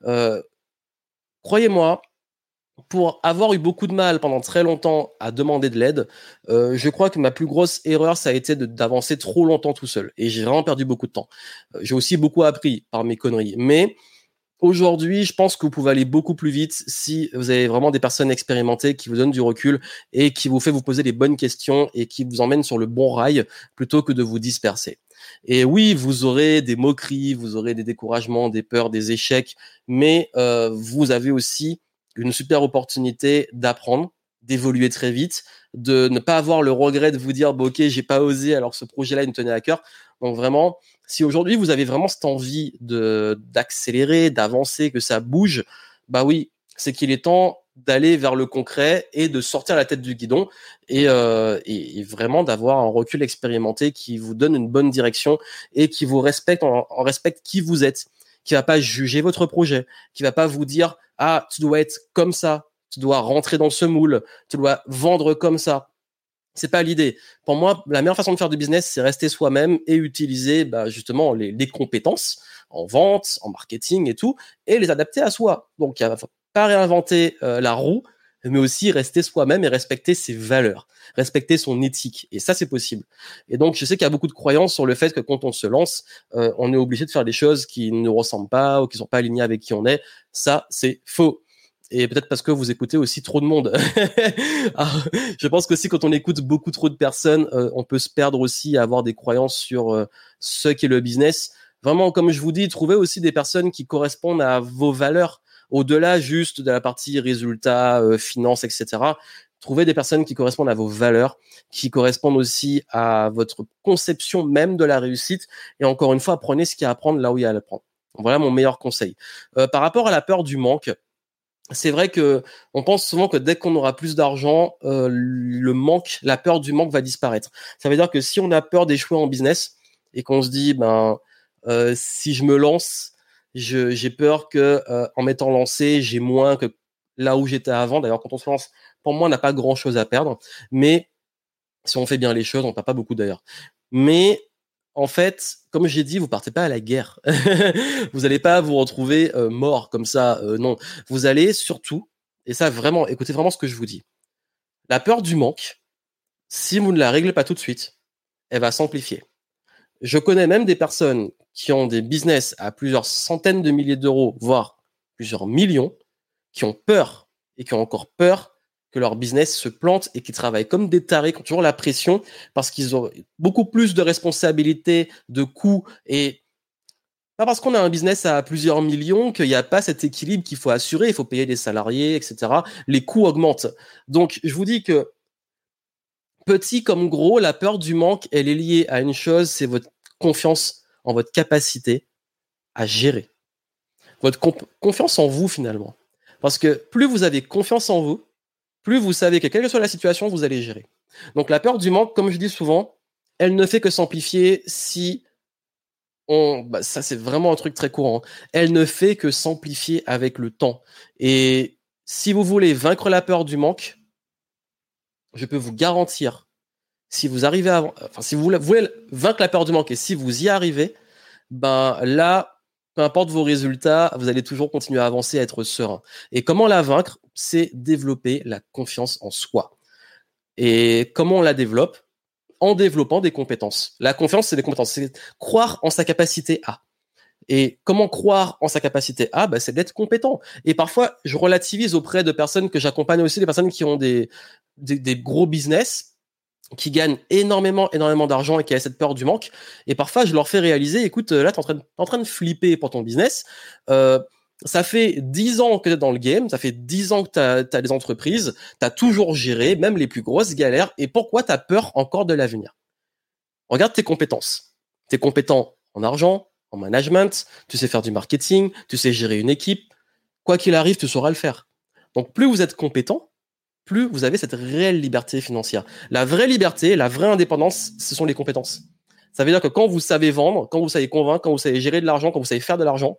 Speaker 1: Croyez-moi, pour avoir eu beaucoup de mal pendant très longtemps à demander de l'aide, je crois que ma plus grosse erreur, ça a été d'avancer trop longtemps tout seul. Et j'ai vraiment perdu beaucoup de temps. J'ai aussi beaucoup appris par mes conneries. Mais aujourd'hui, je pense que vous pouvez aller beaucoup plus vite si vous avez vraiment des personnes expérimentées qui vous donnent du recul et qui vous fait vous poser les bonnes questions et qui vous emmènent sur le bon rail plutôt que de vous disperser. Et oui, vous aurez des moqueries, vous aurez des découragements, des peurs, des échecs, mais vous avez aussi une super opportunité d'apprendre, d'évoluer très vite, de ne pas avoir le regret de vous dire bon, ok, j'ai pas osé alors que ce projet-là il me tenait à cœur. Donc vraiment, si aujourd'hui vous avez vraiment cette envie d'accélérer, d'avancer, que ça bouge, bah oui, c'est qu'il est temps d'aller vers le concret et de sortir la tête du guidon et vraiment d'avoir un recul expérimenté qui vous donne une bonne direction et qui vous respecte en respecte qui vous êtes, qui va pas juger votre projet, qui va pas vous dire ah tu dois être comme ça, tu dois rentrer dans ce moule, tu dois vendre comme ça. C'est pas l'idée. Pour moi, la meilleure façon de faire du business, c'est rester soi-même et utiliser justement les compétences en vente, en marketing et tout, et les adapter à soi. Donc, il ne faut pas réinventer la roue, mais aussi rester soi-même et respecter ses valeurs, respecter son éthique. Et ça, c'est possible. Et donc, je sais qu'il y a beaucoup de croyances sur le fait que quand on se lance, on est obligé de faire des choses qui ne nous ressemblent pas ou qui sont pas alignées avec qui on est. Ça, c'est faux. Et peut-être parce que vous écoutez aussi trop de monde. Alors, je pense qu'aussi quand on écoute beaucoup trop de personnes, on peut se perdre aussi à avoir des croyances sur ce qu'est le business. Vraiment, comme je vous dis, trouvez aussi des personnes qui correspondent à vos valeurs, au-delà juste de la partie résultats, finances, etc. Trouvez des personnes qui correspondent à vos valeurs, qui correspondent aussi à votre conception même de la réussite. Et encore une fois, apprenez ce qu'il y a à apprendre là où il y a à apprendre. Voilà mon meilleur conseil. Par rapport à la peur du manque, c'est vrai que on pense souvent que dès qu'on aura plus d'argent, la peur du manque va disparaître. Ça veut dire que si on a peur d'échouer en business et qu'on se dit, si je me lance, j'ai peur que en m'étant lancé, j'ai moins que là où j'étais avant. D'ailleurs, quand on se lance, pour moi, on n'a pas grand-chose à perdre. Mais si on fait bien les choses, on perd pas beaucoup d'ailleurs. Mais en fait, comme j'ai dit, vous partez pas à la guerre. Vous n'allez pas vous retrouver mort comme ça. Non, vous allez surtout, et ça vraiment, écoutez vraiment ce que je vous dis. La peur du manque, si vous ne la réglez pas tout de suite, elle va s'amplifier. Je connais même des personnes qui ont des business à plusieurs centaines de milliers d'euros, voire plusieurs millions, qui ont peur et qui ont encore peur que leur business se plante et qui travaillent comme des tarés, qui ont toujours la pression parce qu'ils ont beaucoup plus de responsabilités, de coûts et pas parce qu'on a un business à plusieurs millions qu'il n'y a pas cet équilibre qu'il faut assurer, il faut payer des salariés, etc. Les coûts augmentent. Donc, je vous dis que petit comme gros, la peur du manque, elle est liée à une chose, c'est votre confiance en votre capacité à gérer. Votre confiance en vous, finalement. Parce que plus vous avez confiance en vous, plus vous savez que quelle que soit la situation, vous allez gérer. Donc la peur du manque, comme je dis souvent, elle ne fait que s'amplifier si ça c'est vraiment un truc très courant. Elle ne fait que s'amplifier avec le temps. Et si vous voulez vaincre la peur du manque, je peux vous garantir, si vous arrivez si vous voulez vaincre la peur du manque et si vous y arrivez, là, peu importe vos résultats, vous allez toujours continuer à avancer, à être serein. Et comment la vaincre? C'est développer la confiance en soi. Et comment on la développe? En développant des compétences. La confiance, c'est des compétences. C'est croire en sa capacité à. Et comment croire en sa capacité à? C'est d'être compétent. Et parfois, je relativise auprès de personnes que j'accompagne aussi, des personnes qui ont des gros business, qui gagnent énormément d'argent et qui a cette peur du manque. Et parfois, je leur fais réaliser, écoute, là, t'es en train de flipper pour ton business. Ça fait 10 ans que t'es dans le game, ça fait 10 ans que t'as des entreprises, t'as toujours géré, même les plus grosses galères. Et pourquoi t'as peur encore de l'avenir? Regarde tes compétences. T'es compétent en argent, en management, tu sais faire du marketing, tu sais gérer une équipe. Quoi qu'il arrive, tu sauras le faire. Donc, plus vous êtes compétent, plus vous avez cette réelle liberté financière. La vraie liberté, la vraie indépendance, ce sont les compétences. Ça veut dire que quand vous savez vendre, quand vous savez convaincre, quand vous savez gérer de l'argent, quand vous savez faire de l'argent,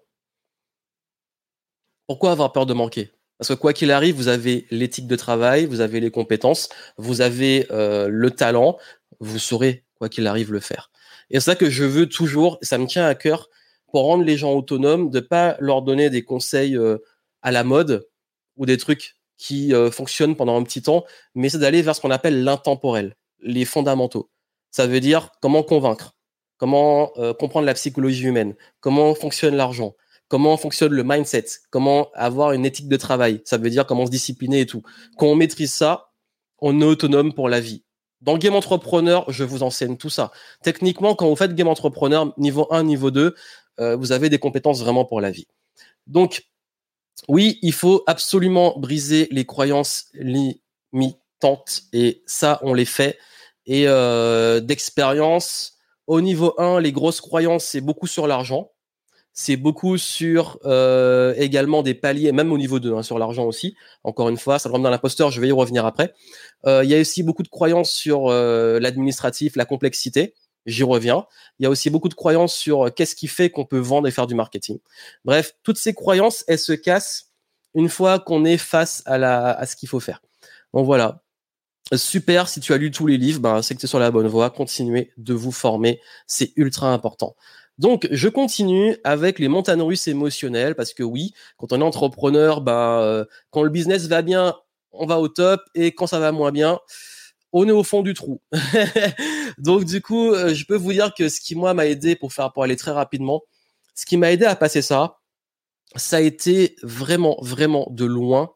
Speaker 1: pourquoi avoir peur de manquer? Parce que quoi qu'il arrive, vous avez l'éthique de travail, vous avez les compétences, vous avez le talent, vous saurez, quoi qu'il arrive, le faire. Et c'est ça que je veux toujours, ça me tient à cœur, pour rendre les gens autonomes, de pas leur donner des conseils à la mode ou des trucs qui fonctionnent pendant un petit temps, mais c'est d'aller vers ce qu'on appelle l'intemporel, les fondamentaux. Ça veut dire comment convaincre, comment comprendre la psychologie humaine, comment fonctionne l'argent, comment fonctionne le mindset, comment avoir une éthique de travail, ça veut dire comment se discipliner et tout. Quand on maîtrise ça, on est autonome pour la vie. Dans le Game Entrepreneur, je vous enseigne tout ça. Techniquement, quand vous faites Game Entrepreneur, niveau 1, niveau 2, vous avez des compétences vraiment pour la vie. Donc, oui, il faut absolument briser les croyances limitantes et ça, on les fait. Et d'expérience, au niveau 1, les grosses croyances, c'est beaucoup sur l'argent. C'est beaucoup sur également des paliers, même au niveau 2, sur l'argent aussi. Encore une fois, ça rentre dans l'imposteur, je vais y revenir après. Il y a aussi beaucoup de croyances sur l'administratif, la complexité. J'y reviens. Il y a aussi beaucoup de croyances sur qu'est-ce qui fait qu'on peut vendre et faire du marketing. Bref, toutes ces croyances, elles se cassent une fois qu'on est face à ce qu'il faut faire. Donc voilà. Super, si tu as lu tous les livres, ben, c'est que tu es sur la bonne voie. Continuez de vous former, c'est ultra important. Donc, je continue avec les montagnes russes émotionnelles parce que oui, quand on est entrepreneur, quand le business va bien, on va au top et quand ça va moins bien, on est au fond du trou. Donc, du coup, je peux vous dire que ce qui, moi, m'a aidé pour aller très rapidement, ce qui m'a aidé à passer ça a été vraiment, vraiment de loin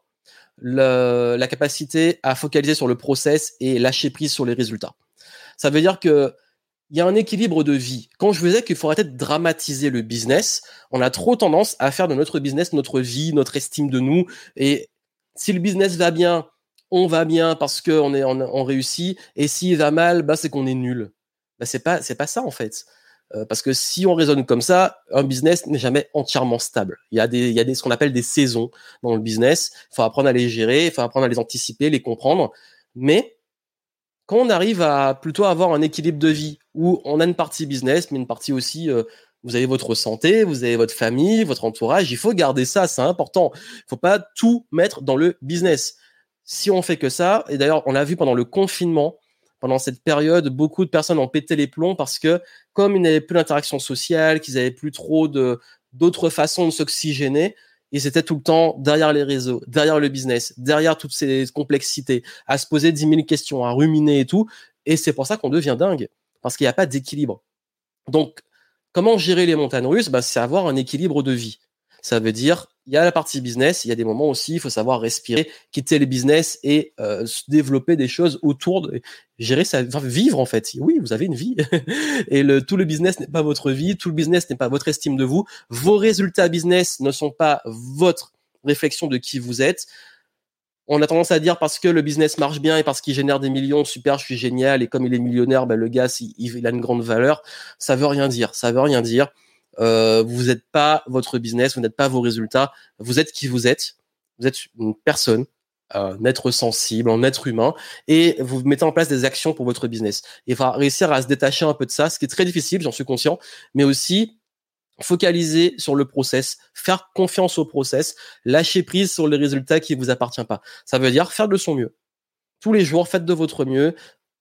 Speaker 1: la capacité à focaliser sur le process et lâcher prise sur les résultats. Ça veut dire que il y a un équilibre de vie. Quand je vous disais qu'il faut arrêter de dramatiser le business, on a trop tendance à faire de notre business notre vie, notre estime de nous. Et si le business va bien, on va bien parce qu'on réussit. Et s'il va mal, c'est qu'on est nul. C'est pas ça en fait. Parce que si on raisonne comme ça, un business n'est jamais entièrement stable. Il y a ce qu'on appelle des saisons dans le business. Il faut apprendre à les gérer, il faut apprendre à les anticiper, les comprendre. Mais quand on arrive à plutôt avoir un équilibre de vie où on a une partie business, mais une partie aussi, vous avez votre santé, vous avez votre famille, votre entourage, il faut garder ça, c'est important. Il faut pas tout mettre dans le business. Si on fait que ça, et d'ailleurs, on l'a vu pendant le confinement, pendant cette période, beaucoup de personnes ont pété les plombs parce que comme ils n'avaient plus d'interaction sociale, qu'ils n'avaient plus trop d'autres façons de s'oxygéner, ils étaient tout le temps derrière les réseaux, derrière le business, derrière toutes ces complexités, à se poser 10 000 questions, à ruminer et tout. Et c'est pour ça qu'on devient dingue, parce qu'il n'y a pas d'équilibre. Donc, comment gérer les montagnes russes ? C'est avoir un équilibre de vie. Ça veut dire, il y a la partie business, il y a des moments aussi, il faut savoir respirer, quitter le business et se développer des choses autour de gérer vivre en fait. Oui, vous avez une vie et tout le business n'est pas votre vie, tout le business n'est pas votre estime de vous, vos résultats business ne sont pas votre réflexion de qui vous êtes. On a tendance à dire parce que le business marche bien et parce qu'il génère des millions, super, je suis génial et comme il est millionnaire, le gars il a une grande valeur. Ça veut rien dire, ça veut rien dire. Vous n'êtes pas votre business, vous n'êtes pas vos résultats, vous êtes qui vous êtes. Vous êtes une personne, un être sensible, un être humain, et vous mettez en place des actions pour votre business. Il va réussir à se détacher un peu de ça, ce qui est très difficile, j'en suis conscient, mais aussi focaliser sur le process, faire confiance au process, lâcher prise sur les résultats qui vous appartiennent pas. Ça veut dire faire de son mieux. Tous les jours, faites de votre mieux,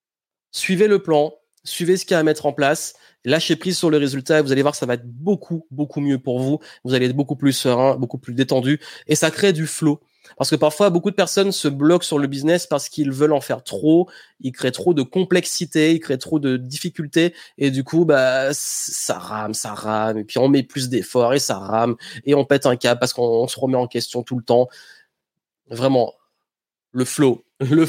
Speaker 1: suivez le plan, suivez ce qu'il y a à mettre en place, lâchez prise sur le résultat et vous allez voir que ça va être beaucoup, beaucoup mieux pour vous. Vous allez être beaucoup plus serein, beaucoup plus détendu et ça crée du flow. Parce que parfois, beaucoup de personnes se bloquent sur le business parce qu'ils veulent en faire trop, ils créent trop de complexité, ils créent trop de difficultés et du coup, ça rame et puis on met plus d'efforts et ça rame et on pète un câble parce qu'on se remet en question tout le temps. Vraiment, le flow.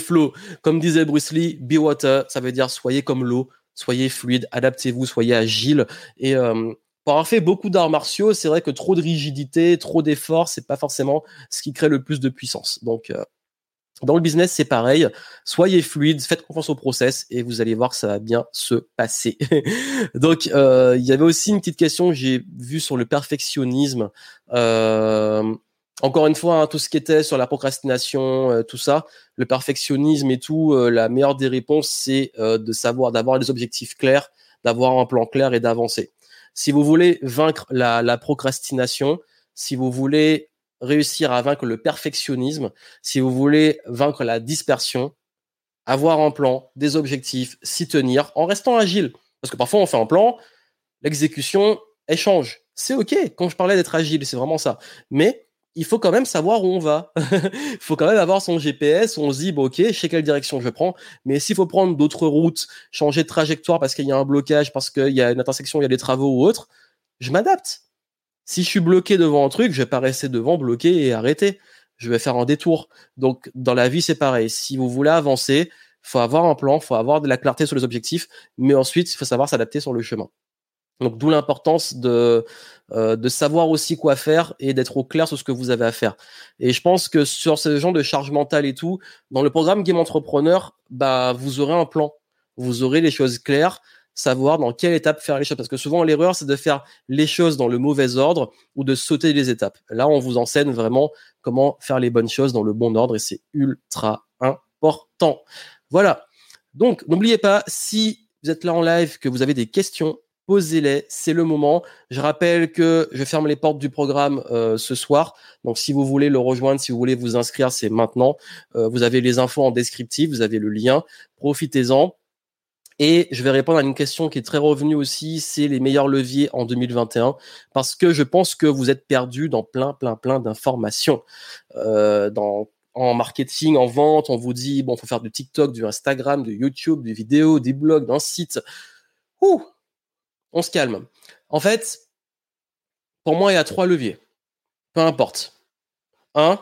Speaker 1: Comme disait Bruce Lee, be water, ça veut dire soyez comme l'eau, soyez fluide, adaptez-vous, soyez agile. Et pour avoir fait beaucoup d'arts martiaux, c'est vrai que trop de rigidité, trop d'efforts, c'est pas forcément ce qui crée le plus de puissance. Donc, dans le business, c'est pareil. Soyez fluide, faites confiance au process et vous allez voir que ça va bien se passer. Donc, il y avait aussi une petite question que j'ai vue sur le perfectionnisme. Encore une fois, tout ce qui était sur la procrastination, tout ça, le perfectionnisme et tout, la meilleure des réponses, c'est d'avoir des objectifs clairs, d'avoir un plan clair et d'avancer. Si vous voulez vaincre la procrastination, si vous voulez réussir à vaincre le perfectionnisme, si vous voulez vaincre la dispersion, avoir un plan, des objectifs, s'y tenir, en restant agile. Parce que parfois, on fait un plan, l'exécution, elle change. C'est OK. Quand je parlais d'être agile, c'est vraiment ça. Mais il faut quand même savoir où on va. Il faut quand même avoir son GPS où on se dit, OK, je sais quelle direction je prends. Mais s'il faut prendre d'autres routes, changer de trajectoire parce qu'il y a un blocage, parce qu'il y a une intersection, il y a des travaux ou autre, je m'adapte. Si je suis bloqué devant un truc, je vais pas rester devant, bloqué et arrêter. Je vais faire un détour. Donc, dans la vie, c'est pareil. Si vous voulez avancer, faut avoir un plan, faut avoir de la clarté sur les objectifs, mais ensuite, il faut savoir s'adapter sur le chemin. Donc, d'où l'importance de savoir aussi quoi faire et d'être au clair sur ce que vous avez à faire. Et je pense que sur ce genre de charge mentale et tout, dans le programme Game Entrepreneur, vous aurez un plan. Vous aurez les choses claires, savoir dans quelle étape faire les choses. Parce que souvent, l'erreur, c'est de faire les choses dans le mauvais ordre ou de sauter les étapes. Là, on vous enseigne vraiment comment faire les bonnes choses dans le bon ordre et c'est ultra important. Voilà. Donc, n'oubliez pas, si vous êtes là en live, que vous avez des questions, posez-les, c'est le moment. Je rappelle que je ferme les portes du programme ce soir. Donc, si vous voulez le rejoindre, si vous voulez vous inscrire, c'est maintenant. Vous avez les infos en descriptif, vous avez le lien. Profitez-en. Et je vais répondre à une question qui est très revenue aussi, c'est les meilleurs leviers en 2021, parce que je pense que vous êtes perdu dans plein d'informations. En marketing, en vente, on vous dit, bon, faut faire du TikTok, du Instagram, du YouTube, des vidéos, des blogs, d'un site. Ouh, on se calme. En fait, pour moi, il y a 3 leviers. Peu importe. 1,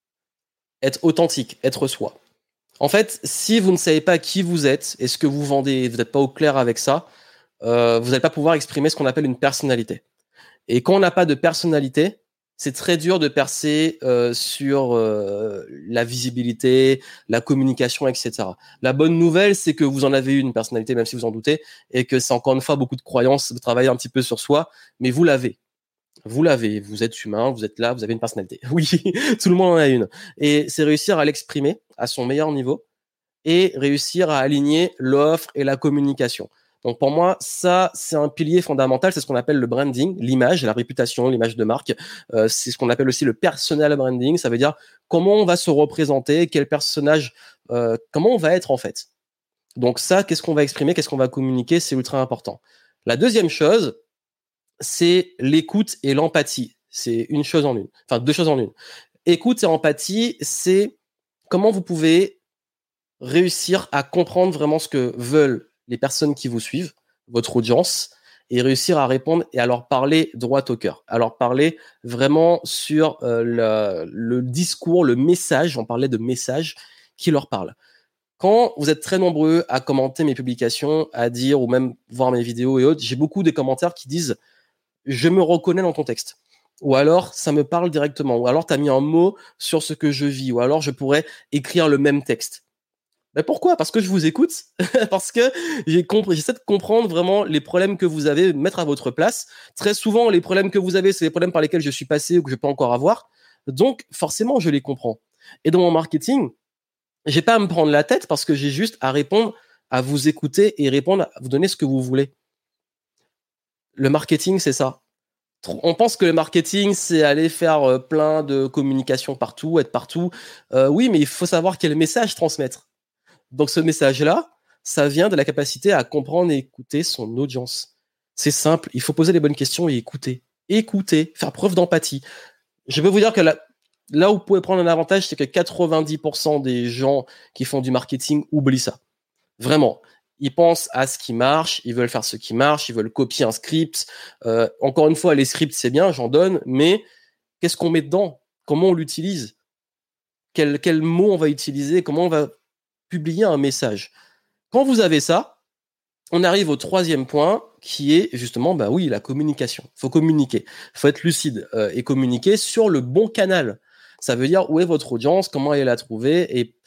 Speaker 1: être authentique, être soi. En fait, si vous ne savez pas qui vous êtes et ce que vous vendez, vous n'êtes pas au clair avec ça, vous n'allez pas pouvoir exprimer ce qu'on appelle une personnalité. Et quand on n'a pas de personnalité, c'est très dur de percer sur la visibilité, la communication, etc. La bonne nouvelle, c'est que vous en avez une personnalité, même si vous en doutez, et que c'est encore une fois beaucoup de croyances, de travailler un petit peu sur soi, mais vous l'avez. Vous l'avez, vous êtes humain, vous êtes là, vous avez une personnalité. Oui, tout le monde en a une. Et c'est réussir à l'exprimer à son meilleur niveau et réussir à aligner l'offre et la communication. Donc pour moi, ça, c'est un pilier fondamental, c'est ce qu'on appelle le branding, l'image, la réputation, l'image de marque. C'est ce qu'on appelle aussi le personal branding, ça veut dire comment on va se représenter, quel personnage, comment on va être en fait. Donc ça, qu'est-ce qu'on va exprimer, qu'est-ce qu'on va communiquer, c'est ultra important. La deuxième chose, c'est l'écoute et l'empathie. C'est une chose en une. Enfin, 2 choses en une. Écoute et empathie, c'est comment vous pouvez réussir à comprendre vraiment ce que veulent les personnes qui vous suivent, votre audience, et réussir à répondre et à leur parler droit au cœur, à leur parler vraiment sur le discours, le message, on parlait de message qui leur parle. Quand vous êtes très nombreux à commenter mes publications, à dire ou même voir mes vidéos et autres, j'ai beaucoup de commentaires qui disent « je me reconnais dans ton texte ». Ou alors, ça me parle directement. Ou alors, tu as mis un mot sur ce que je vis. Ou alors, je pourrais écrire le même texte. Mais pourquoi? Parce que je vous écoute, parce que j'essaie de comprendre vraiment les problèmes que vous avez, mettre à votre place. Très souvent, les problèmes que vous avez, c'est les problèmes par lesquels je suis passé ou que je peux encore avoir. Donc, forcément, je les comprends. Et dans mon marketing, j'ai pas à me prendre la tête parce que j'ai juste à répondre, à vous écouter et répondre, à vous donner ce que vous voulez. Le marketing, c'est ça. On pense que le marketing, c'est aller faire plein de communication partout, être partout. Oui, mais il faut savoir quel message transmettre. Donc ce message-là, ça vient de la capacité à comprendre et écouter son audience. C'est simple, il faut poser les bonnes questions et écouter. Écouter, faire preuve d'empathie. Je peux vous dire que là où vous pouvez prendre un avantage, c'est que 90% des gens qui font du marketing oublient ça. Vraiment. Ils pensent à ce qui marche, ils veulent faire ce qui marche, ils veulent copier un script. Encore une fois, les scripts, c'est bien, j'en donne, mais qu'est-ce qu'on met dedans? Comment on l'utilise? Quel mot on va utiliser? Comment on va publier un message? Quand vous avez ça, on arrive au 3e point qui est justement, bah oui, la communication. Il faut communiquer, il faut être lucide et communiquer sur le bon canal. Ça veut dire où est votre audience, comment elle la trouver et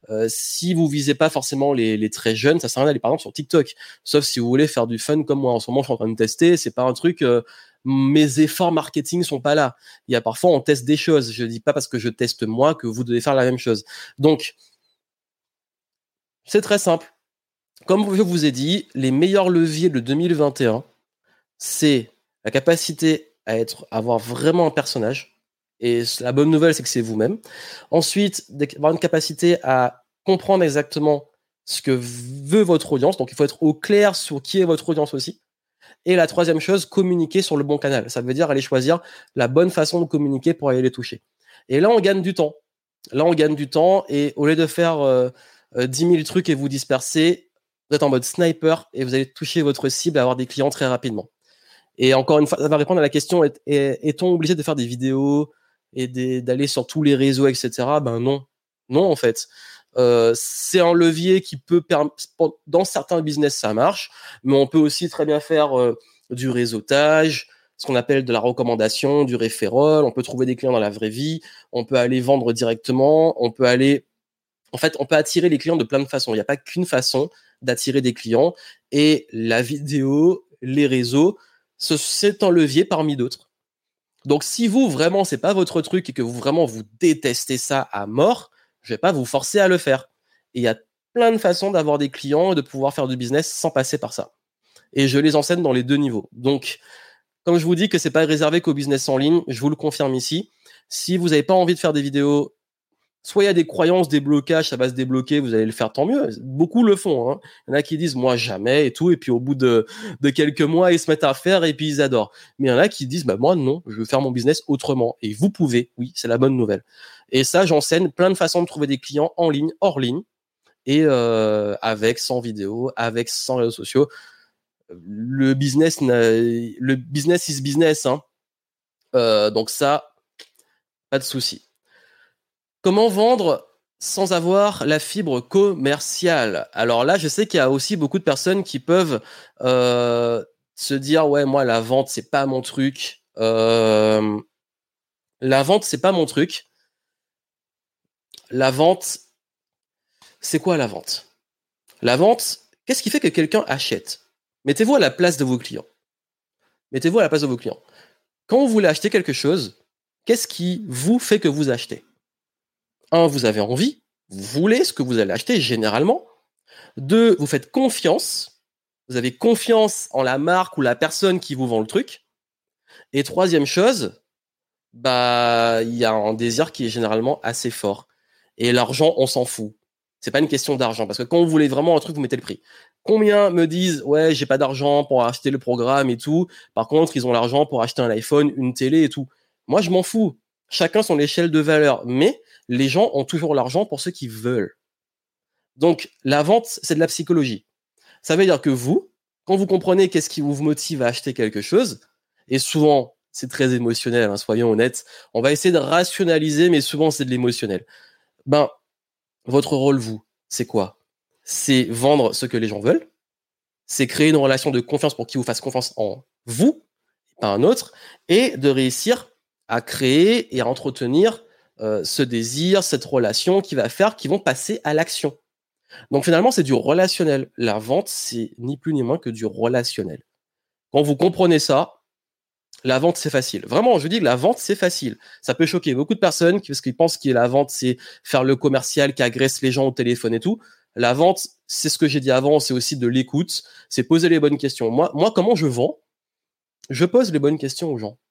Speaker 1: si vous visez pas forcément les très jeunes, ça sert à rien d'aller par exemple sur TikTok. Sauf si vous voulez faire du fun comme moi en ce moment, je suis en train de tester. C'est pas un truc. Mes efforts marketing sont pas là. Il y a parfois on teste des choses. Je dis pas parce que je teste moi que vous devez faire la même chose. Donc c'est très simple. Comme je vous ai dit, les meilleurs leviers de 2021, c'est la capacité à avoir vraiment un personnage. Et la bonne nouvelle, c'est que c'est vous-même. Ensuite, avoir une capacité à comprendre exactement ce que veut votre audience. Donc, il faut être au clair sur qui est votre audience aussi. Et la 3e chose, communiquer sur le bon canal. Ça veut dire aller choisir la bonne façon de communiquer pour aller les toucher. Et là, on gagne du temps. Là, on gagne du temps. Et au lieu de faire 10 000 trucs et vous disperser, vous êtes en mode sniper et vous allez toucher votre cible et avoir des clients très rapidement. Et encore une fois, ça va répondre à la question, est-on obligé de faire des vidéos et d'aller sur tous les réseaux, etc. Ben non. Non, en fait. C'est un levier qui peut dans certains business, ça marche, mais on peut aussi très bien faire du réseautage, ce qu'on appelle de la recommandation, du referral. On peut trouver des clients dans la vraie vie. On peut aller vendre directement. On peut attirer les clients de plein de façons. Il n'y a pas qu'une façon d'attirer des clients. Et la vidéo, les réseaux, c'est un levier parmi d'autres. Donc, si vous, vraiment, c'est pas votre truc et que vous, vraiment, vous détestez ça à mort, je vais pas vous forcer à le faire. Et il y a plein de façons d'avoir des clients et de pouvoir faire du business sans passer par ça. Et je les enseigne dans les deux niveaux. Donc, comme je vous dis que c'est pas réservé qu'au business en ligne, je vous le confirme ici. Si vous n'avez pas envie de faire des vidéos, soit il y a des croyances, des blocages, ça va se débloquer, vous allez le faire, tant mieux. Beaucoup le font. Hein. Il y en a qui disent moi jamais et tout, et puis au bout de quelques mois, ils se mettent à faire et puis ils adorent. Mais il y en a qui disent bah moi non, je veux faire mon business autrement. Et vous pouvez, oui, c'est la bonne nouvelle. Et ça, j'enseigne plein de façons de trouver des clients en ligne, hors ligne, et avec, sans vidéo, avec, sans réseaux sociaux. Le business is business. Hein. Donc ça, pas de souci. Comment vendre sans avoir la fibre commerciale? Alors là, je sais qu'il y a aussi beaucoup de personnes qui peuvent se dire ouais, moi la vente c'est pas mon truc. La vente c'est pas mon truc. La vente, c'est quoi la vente? La vente, qu'est-ce qui fait que quelqu'un achète? Mettez-vous à la place de vos clients. Mettez-vous à la place de vos clients. Quand vous voulez acheter quelque chose, qu'est-ce qui vous fait que vous achetez? Un, vous avez envie, vous voulez ce que vous allez acheter généralement. Deux, vous faites confiance. Vous avez confiance en la marque ou la personne qui vous vend le truc. Et troisième chose, bah, il y a un désir qui est généralement assez fort. Et l'argent, on s'en fout. C'est pas une question d'argent. Parce que quand vous voulez vraiment un truc, vous mettez le prix. Combien me disent, ouais, j'ai pas d'argent pour acheter le programme et tout. Par contre, ils ont l'argent pour acheter un iPhone, une télé et tout. Moi, je m'en fous. Chacun son échelle de valeur. Mais les gens ont toujours l'argent pour ceux qui veulent. Donc, la vente, c'est de la psychologie. Ça veut dire que vous, quand vous comprenez qu'est-ce qui vous motive à acheter quelque chose, et souvent, c'est très émotionnel, hein, soyons honnêtes, on va essayer de rationaliser, mais souvent, c'est de l'émotionnel. Ben, votre rôle, vous, c'est quoi? C'est vendre ce que les gens veulent, c'est créer une relation de confiance pour qu'ils vous fassent confiance en vous, pas un autre, et de réussir à créer et à entretenir ce désir, cette relation qui va faire qu'ils vont passer à l'action. Donc finalement, c'est du relationnel. La vente, c'est ni plus ni moins que du relationnel. Quand vous comprenez ça, la vente, c'est facile. Vraiment, je dis que la vente, c'est facile. Ça peut choquer beaucoup de personnes parce qu'ils pensent que la vente, c'est faire le commercial qui agresse les gens au téléphone et tout. La vente, c'est ce que j'ai dit avant, c'est aussi de l'écoute, c'est poser les bonnes questions. Moi, comment je vends? Je pose les bonnes questions aux gens.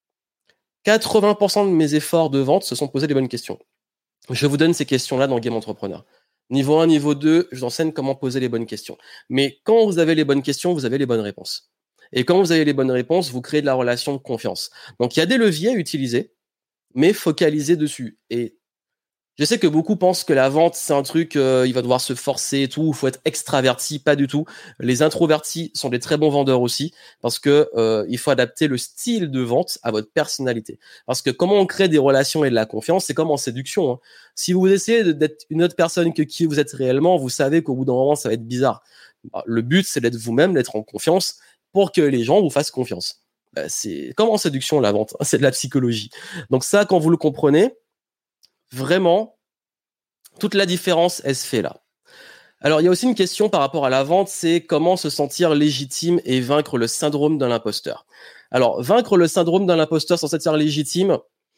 Speaker 1: 80% de mes efforts de vente se sont posés les bonnes questions. Je vous donne ces questions-là dans Game Entrepreneur. Niveau 1, niveau 2, je vous enseigne comment poser les bonnes questions. Mais quand vous avez les bonnes questions, vous avez les bonnes réponses. Et quand vous avez les bonnes réponses, vous créez de la relation de confiance. Donc, il y a des leviers à utiliser, mais focalisez dessus. Et je sais que beaucoup pensent que la vente, c'est un truc, il va devoir se forcer et tout, il faut être extraverti, pas du tout. Les introvertis sont des très bons vendeurs aussi, parce que il faut adapter le style de vente à votre personnalité. Parce que comment on crée des relations et de la confiance, c'est comme en séduction. Hein. Si vous essayez d'être une autre personne que qui vous êtes réellement, vous savez qu'au bout d'un moment, ça va être bizarre. Le but, c'est d'être vous-même, d'être en confiance, pour que les gens vous fassent confiance. C'est comme en séduction, la vente, c'est de la psychologie. Donc ça, quand vous le comprenez, vraiment, toute la différence, elle se fait là. Alors, il y a aussi une question par rapport à la vente, c'est comment se sentir légitime et vaincre le syndrome de l'imposteur. Alors, vaincre le syndrome de l'imposteur sans se sentir légitime,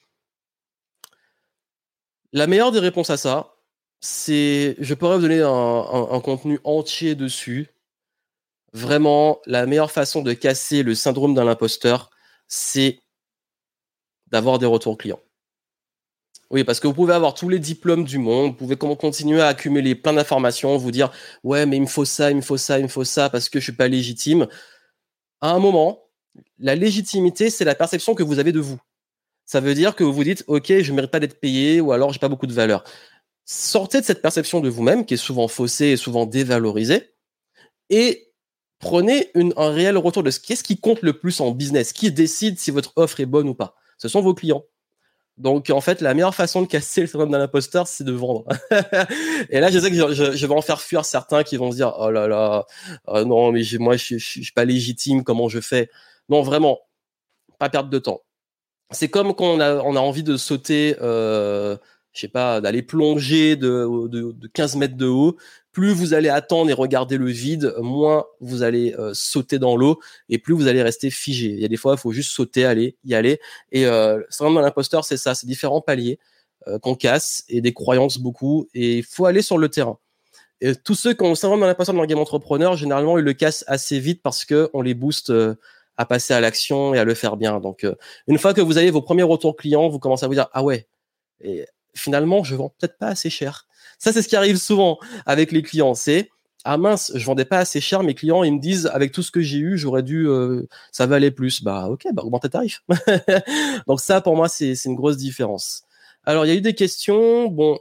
Speaker 1: la meilleure des réponses à ça, c'est, je pourrais vous donner un contenu entier dessus. Vraiment, la meilleure façon de casser le syndrome de l'imposteur, c'est d'avoir des retours clients. Oui, parce que vous pouvez avoir tous les diplômes du monde, vous pouvez continuer à accumuler plein d'informations, vous dire ouais, mais il me faut ça, il me faut ça, il me faut ça parce que je suis pas légitime. À un moment, la légitimité, c'est la perception que vous avez de vous. Ça veut dire que vous vous dites ok, je mérite pas d'être payé ou alors j'ai pas beaucoup de valeur. Sortez de cette perception de vous-même qui est souvent faussée et souvent dévalorisée et prenez un réel retour de qu'est-ce qui compte le plus en business, qui décide si votre offre est bonne ou pas. Ce sont vos clients. Donc, en fait, la meilleure façon de casser le syndrome de l'imposteur, c'est de vendre. Et là, je sais que je vais en faire fuir certains qui vont se dire, oh là là, non, mais moi, je suis pas légitime, comment je fais? Non, vraiment, pas perdre de temps. C'est comme quand on a envie de sauter, je sais pas, d'aller plonger de 15 mètres de haut. Plus vous allez attendre et regarder le vide, moins vous allez sauter dans l'eau et plus vous allez rester figé. Il y a des fois, il faut juste sauter, y aller. Et le syndrome de l'imposteur, c'est ça, c'est différents paliers qu'on casse et des croyances beaucoup. Et il faut aller sur le terrain. Et tous ceux qui ont le syndrome de l'imposteur dans le game entrepreneur, généralement, ils le cassent assez vite parce que on les booste à passer à l'action et à le faire bien. Donc, une fois que vous avez vos premiers retours clients, vous commencez à vous dire, ah ouais, et finalement, je vends peut-être pas assez cher. Ça, c'est ce qui arrive souvent avec les clients. C'est, ah mince, je vendais pas assez cher. Mes clients, ils me disent, avec tout ce que j'ai eu, j'aurais dû, ça valait plus. Bah, ok, bah, augmente tes tarifs. Donc ça, pour moi, c'est une grosse différence. Alors, il y a eu des questions. Bon,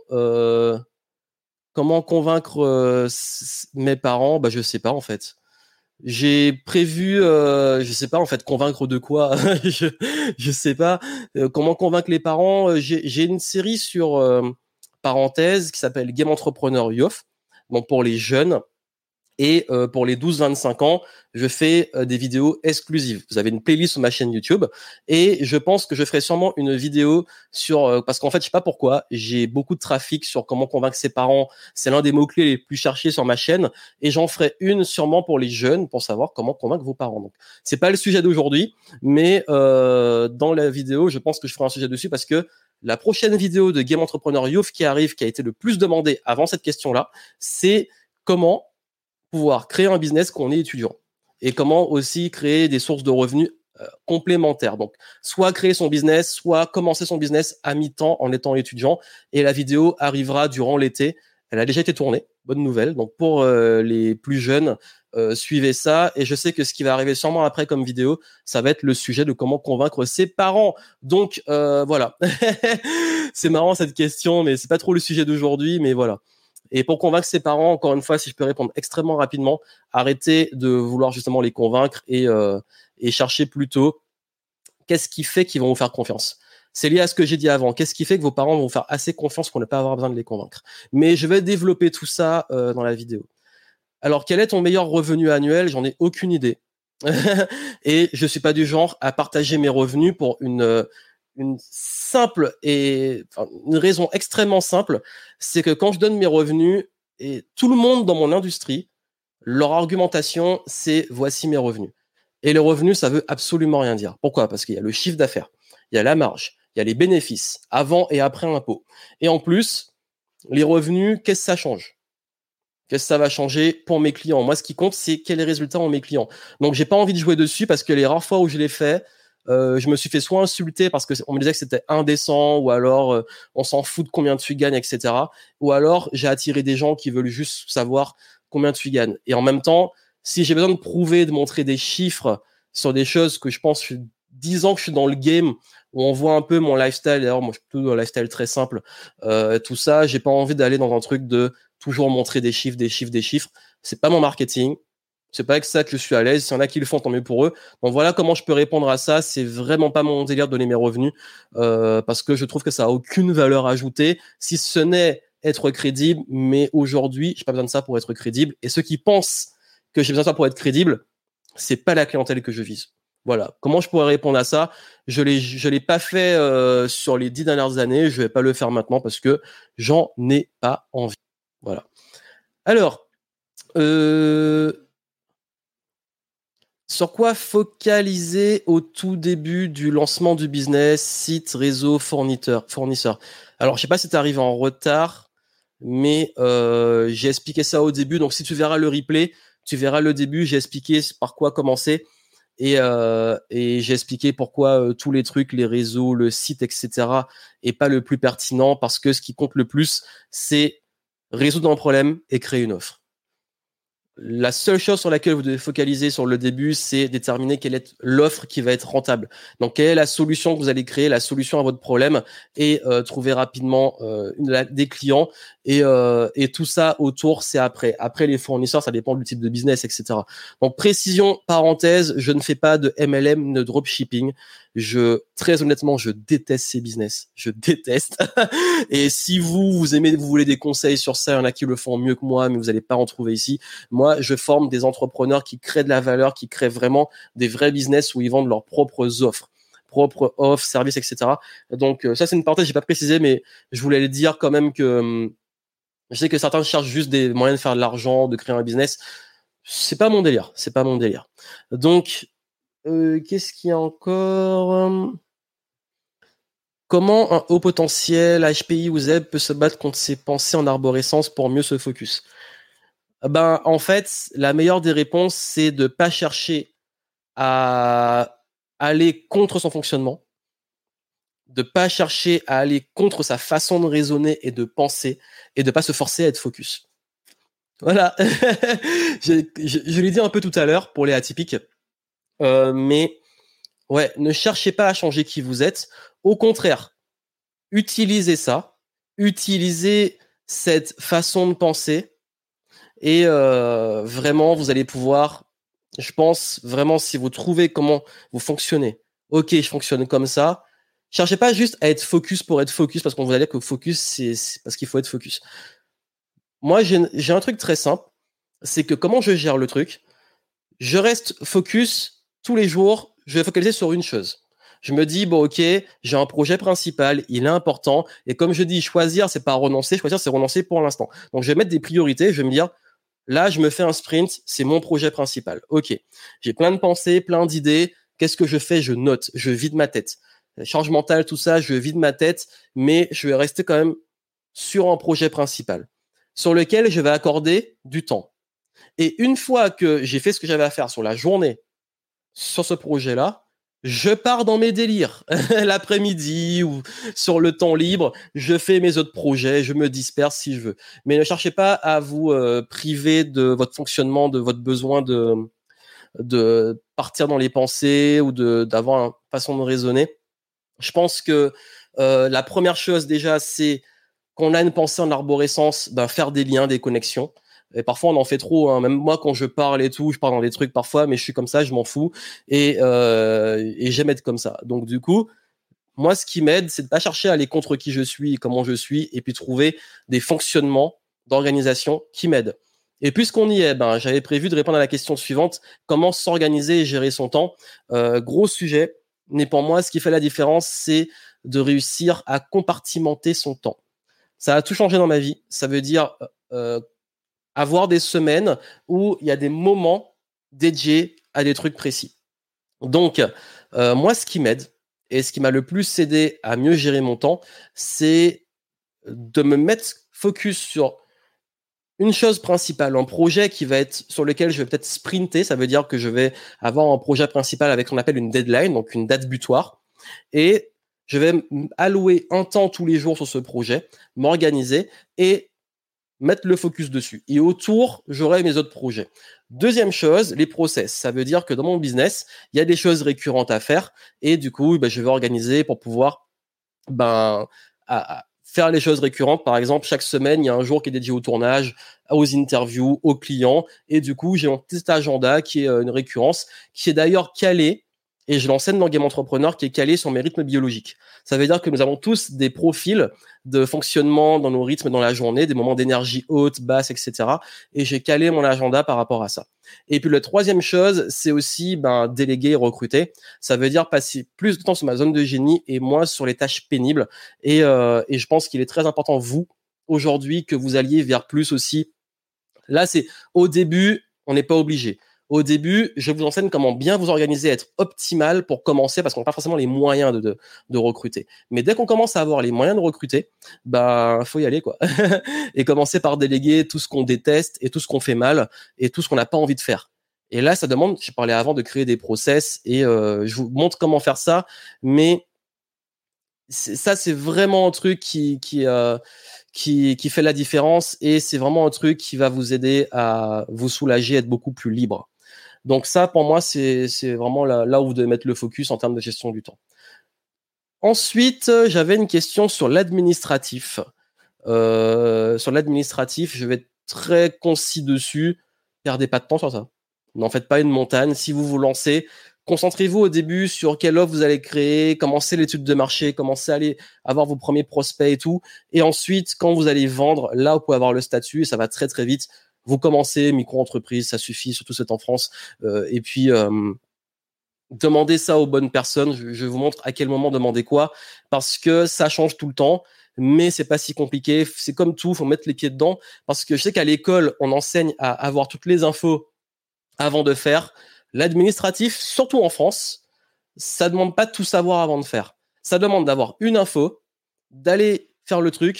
Speaker 1: comment convaincre mes parents? Bah, je sais pas, en fait. J'ai prévu, je sais pas en fait, convaincre de quoi, je sais pas. Comment convaincre les parents. J'ai une série sur parenthèse qui s'appelle Game Entrepreneur Youth, donc pour les jeunes. Et pour les 12-25 ans, je fais des vidéos exclusives. Vous avez une playlist sur ma chaîne YouTube. Et je pense que je ferai sûrement une vidéo sur... parce qu'en fait, je sais pas pourquoi, j'ai beaucoup de trafic sur comment convaincre ses parents. C'est l'un des mots-clés les plus cherchés sur ma chaîne. Et j'en ferai une sûrement pour les jeunes, pour savoir comment convaincre vos parents. Donc, c'est pas le sujet d'aujourd'hui, mais dans la vidéo, je pense que je ferai un sujet dessus parce que la prochaine vidéo de Game Entrepreneur Youth qui arrive, qui a été le plus demandée avant cette question-là, c'est comment pouvoir créer un business quand on est étudiant et comment aussi créer des sources de revenus complémentaires. Donc, soit créer son business, soit commencer son business à mi-temps en étant étudiant. Et la vidéo arrivera durant l'été. Elle a déjà été tournée. Bonne nouvelle. Donc, pour les plus jeunes, suivez ça. Et je sais que ce qui va arriver sûrement après comme vidéo, ça va être le sujet de comment convaincre ses parents. Donc, voilà. C'est marrant cette question, mais c'est pas trop le sujet d'aujourd'hui, mais voilà. Et pour convaincre ses parents, encore une fois, si je peux répondre extrêmement rapidement, arrêtez de vouloir justement les convaincre et cherchez plutôt qu'est-ce qui fait qu'ils vont vous faire confiance. C'est lié à ce que j'ai dit avant. Qu'est-ce qui fait que vos parents vont vous faire assez confiance pour ne pas avoir besoin de les convaincre? Mais je vais développer tout ça dans la vidéo. Alors, quel est ton meilleur revenu annuel? J'en ai aucune idée. Et je suis pas du genre à partager mes revenus pour une simple et enfin, une raison extrêmement simple, c'est que quand je donne mes revenus et tout le monde dans mon industrie, leur argumentation, c'est voici mes revenus. Et les revenus, ça veut absolument rien dire. Pourquoi? Parce qu'il y a le chiffre d'affaires, il y a la marge, il y a les bénéfices avant et après impôt. Et en plus, les revenus, qu'est-ce que ça change? Qu'est-ce que ça va changer pour mes clients? Moi, ce qui compte, c'est quels résultats ont mes clients. Donc, j'ai pas envie de jouer dessus parce que les rares fois où je l'ai fait, je me suis fait soit insulter parce que on me disait que c'était indécent, ou alors on s'en fout de combien tu gagnes, etc. Ou alors j'ai attiré des gens qui veulent juste savoir combien tu gagnes. Et en même temps, si j'ai besoin de prouver, de montrer des chiffres sur des choses que je pense, 10 ans que je suis dans le game, où on voit un peu mon lifestyle. D'ailleurs, moi, je suis plutôt dans un lifestyle très simple. Tout ça, j'ai pas envie d'aller dans un truc de toujours montrer des chiffres, des chiffres, des chiffres. C'est pas mon marketing. C'est pas avec ça que je suis à l'aise. S'il y en a qui le font, tant mieux pour eux. Donc voilà comment je peux répondre à ça. C'est vraiment pas mon délire de donner mes revenus parce que je trouve que ça a aucune valeur ajoutée, si ce n'est être crédible. Mais aujourd'hui, j'ai pas besoin de ça pour être crédible. Et ceux qui pensent que j'ai besoin de ça pour être crédible, c'est pas la clientèle que je vise. Voilà. Comment je pourrais répondre à ça? Je l'ai pas fait sur les 10 dernières années. Je vais pas le faire maintenant parce que j'en ai pas envie. Voilà. Alors, sur quoi focaliser au tout début du lancement du business, site, réseau, fournisseur? Alors, je sais pas si tu arrives en retard, mais j'ai expliqué ça au début. Donc, si tu verras le replay, tu verras le début. J'ai expliqué par quoi commencer et j'ai expliqué pourquoi tous les trucs, les réseaux, le site, etc. est pas le plus pertinent parce que ce qui compte le plus, c'est résoudre un problème et créer une offre. La seule chose sur laquelle vous devez focaliser sur le début, c'est déterminer quelle est l'offre qui va être rentable. Donc, quelle est la solution que vous allez créer, la solution à votre problème, et trouver rapidement des clients. Et tout ça autour, c'est après. Après, les fournisseurs, ça dépend du type de business, etc. Donc, précision, parenthèse, je ne fais pas de MLM, de dropshipping. Très honnêtement, je déteste ces business. Je déteste. Et si vous aimez, vous voulez des conseils sur ça, il y en a qui le font mieux que moi, mais vous n'allez pas en trouver ici. Moi, je forme des entrepreneurs qui créent de la valeur, qui créent vraiment des vrais business où ils vendent leurs propres offres, services, etc. Donc, ça, c'est une parenthèse, j'ai pas précisé, mais je voulais le dire quand même que je sais que certains cherchent juste des moyens de faire de l'argent, de créer un business. C'est pas mon délire. C'est pas mon délire. Donc, qu'est-ce qu'il y a encore? Comment un haut potentiel HPI ou ZEB peut se battre contre ses pensées en arborescence pour mieux se focus? Ben, en fait, la meilleure des réponses, c'est de pas chercher à aller contre son fonctionnement, de pas chercher à aller contre sa façon de raisonner et de penser, et de pas se forcer à être focus. Voilà. Je l'ai dit un peu tout à l'heure pour les atypiques, mais ouais, ne cherchez pas à changer qui vous êtes. Au contraire, utilisez ça, utilisez cette façon de penser, et vraiment, vous allez pouvoir, je pense, vraiment, si vous trouvez comment vous fonctionnez, ok, je fonctionne comme ça, cherchez pas juste à être focus pour être focus, parce qu'on vous a dit que focus, c'est parce qu'il faut être focus. Moi, j'ai un truc très simple, c'est que comment je gère le truc, je reste focus tous les jours, je vais focaliser sur une chose. Je me dis, bon, ok, j'ai un projet principal, il est important, et comme je dis, choisir, c'est pas renoncer, choisir, c'est renoncer pour l'instant. Donc, je vais mettre des priorités, je vais me dire, là, je me fais un sprint, c'est mon projet principal. Ok, j'ai plein de pensées, plein d'idées, qu'est-ce que je fais? Je note, je vide ma tête. Charge mentale, tout ça, je vide ma tête, mais je vais rester quand même sur un projet principal, sur lequel je vais accorder du temps. Et une fois que j'ai fait ce que j'avais à faire sur la journée, sur ce projet-là, je pars dans mes délires. L'après-midi ou sur le temps libre, je fais mes autres projets, je me disperse si je veux. Mais ne cherchez pas à vous priver de votre fonctionnement, de votre besoin de partir dans les pensées ou d'avoir une façon de raisonner. Je pense que la première chose déjà, c'est qu'on a une pensée en arborescence, ben, faire des liens, des connexions. Et parfois, on en fait trop. Hein. Même moi, quand je parle et tout, je parle dans des trucs parfois, mais je suis comme ça, je m'en fous. Et j'aime être comme ça. Donc, du coup, moi, ce qui m'aide, c'est de pas chercher à aller contre qui je suis, comment je suis, et puis trouver des fonctionnements d'organisation qui m'aident. Et puisqu'on y est, ben, j'avais prévu de répondre à la question suivante, comment s'organiser et gérer son temps. Gros sujet, mais pour moi, ce qui fait la différence, c'est de réussir à compartimenter son temps. Ça a tout changé dans ma vie. Ça veut dire avoir des semaines où il y a des moments dédiés à des trucs précis. Donc, moi, ce qui m'aide et ce qui m'a le plus aidé à mieux gérer mon temps, c'est de me mettre focus sur une chose principale, un projet qui va être sur lequel je vais peut-être sprinter. Ça veut dire que je vais avoir un projet principal avec ce qu'on appelle une deadline, donc une date butoir. Et je vais allouer un temps tous les jours sur ce projet, m'organiser et mettre le focus dessus. Et autour, j'aurai mes autres projets. Deuxième chose, les process. Ça veut dire que dans mon business, il y a des choses récurrentes à faire. Et du coup, ben, je vais organiser pour pouvoir ben, faire les choses récurrentes. Par exemple, chaque semaine, il y a un jour qui est dédié au tournage, aux interviews, aux clients. Et du coup, j'ai un petit agenda qui est une récurrence, qui est d'ailleurs calé, et je l'enseigne dans Game Entrepreneur, qui est calé sur mes rythmes biologiques. Ça veut dire que nous avons tous des profils de fonctionnement dans nos rythmes dans la journée, des moments d'énergie haute, basse, etc. Et j'ai calé mon agenda par rapport à ça. Et puis la troisième chose, c'est aussi ben, déléguer et recruter. Ça veut dire passer plus de temps sur ma zone de génie et moins sur les tâches pénibles. Et je pense qu'il est très important, vous, aujourd'hui, que vous alliez vers plus aussi. Là, c'est au début, on n'est pas obligé. Au début, je vous enseigne comment bien vous organiser, être optimal pour commencer, parce qu'on n'a pas forcément les moyens de recruter. Mais dès qu'on commence à avoir les moyens de recruter, bah, faut y aller, quoi. Et commencer par déléguer tout ce qu'on déteste et tout ce qu'on fait mal et tout ce qu'on n'a pas envie de faire. Et là, ça demande, j'ai parlé avant, de créer des process et je vous montre comment faire ça, mais ça, c'est vraiment un truc qui fait la différence et c'est vraiment un truc qui va vous aider à vous soulager, être beaucoup plus libre. Donc ça, pour moi, c'est vraiment là où vous devez mettre le focus en termes de gestion du temps. Ensuite, j'avais une question sur l'administratif. Sur l'administratif, je vais être très concis dessus. Perdez pas de temps sur ça. N'en faites pas une montagne. Si vous vous lancez, concentrez-vous au début sur quelle offre vous allez créer, commencez l'étude de marché, commencez à aller avoir vos premiers prospects et tout. Et ensuite, quand vous allez vendre, là, vous pouvez avoir le statut et ça va très très vite. Vous commencez micro-entreprise, ça suffit, surtout c'est en France. Et puis, demandez ça aux bonnes personnes. Je vous montre à quel moment demander quoi, parce que ça change tout le temps. Mais c'est pas si compliqué. C'est comme tout, faut mettre les pieds dedans. Parce que je sais qu'à l'école, on enseigne à avoir toutes les infos avant de faire. L'administratif, surtout en France, ça demande pas de tout savoir avant de faire. Ça demande d'avoir une info, d'aller faire le truc,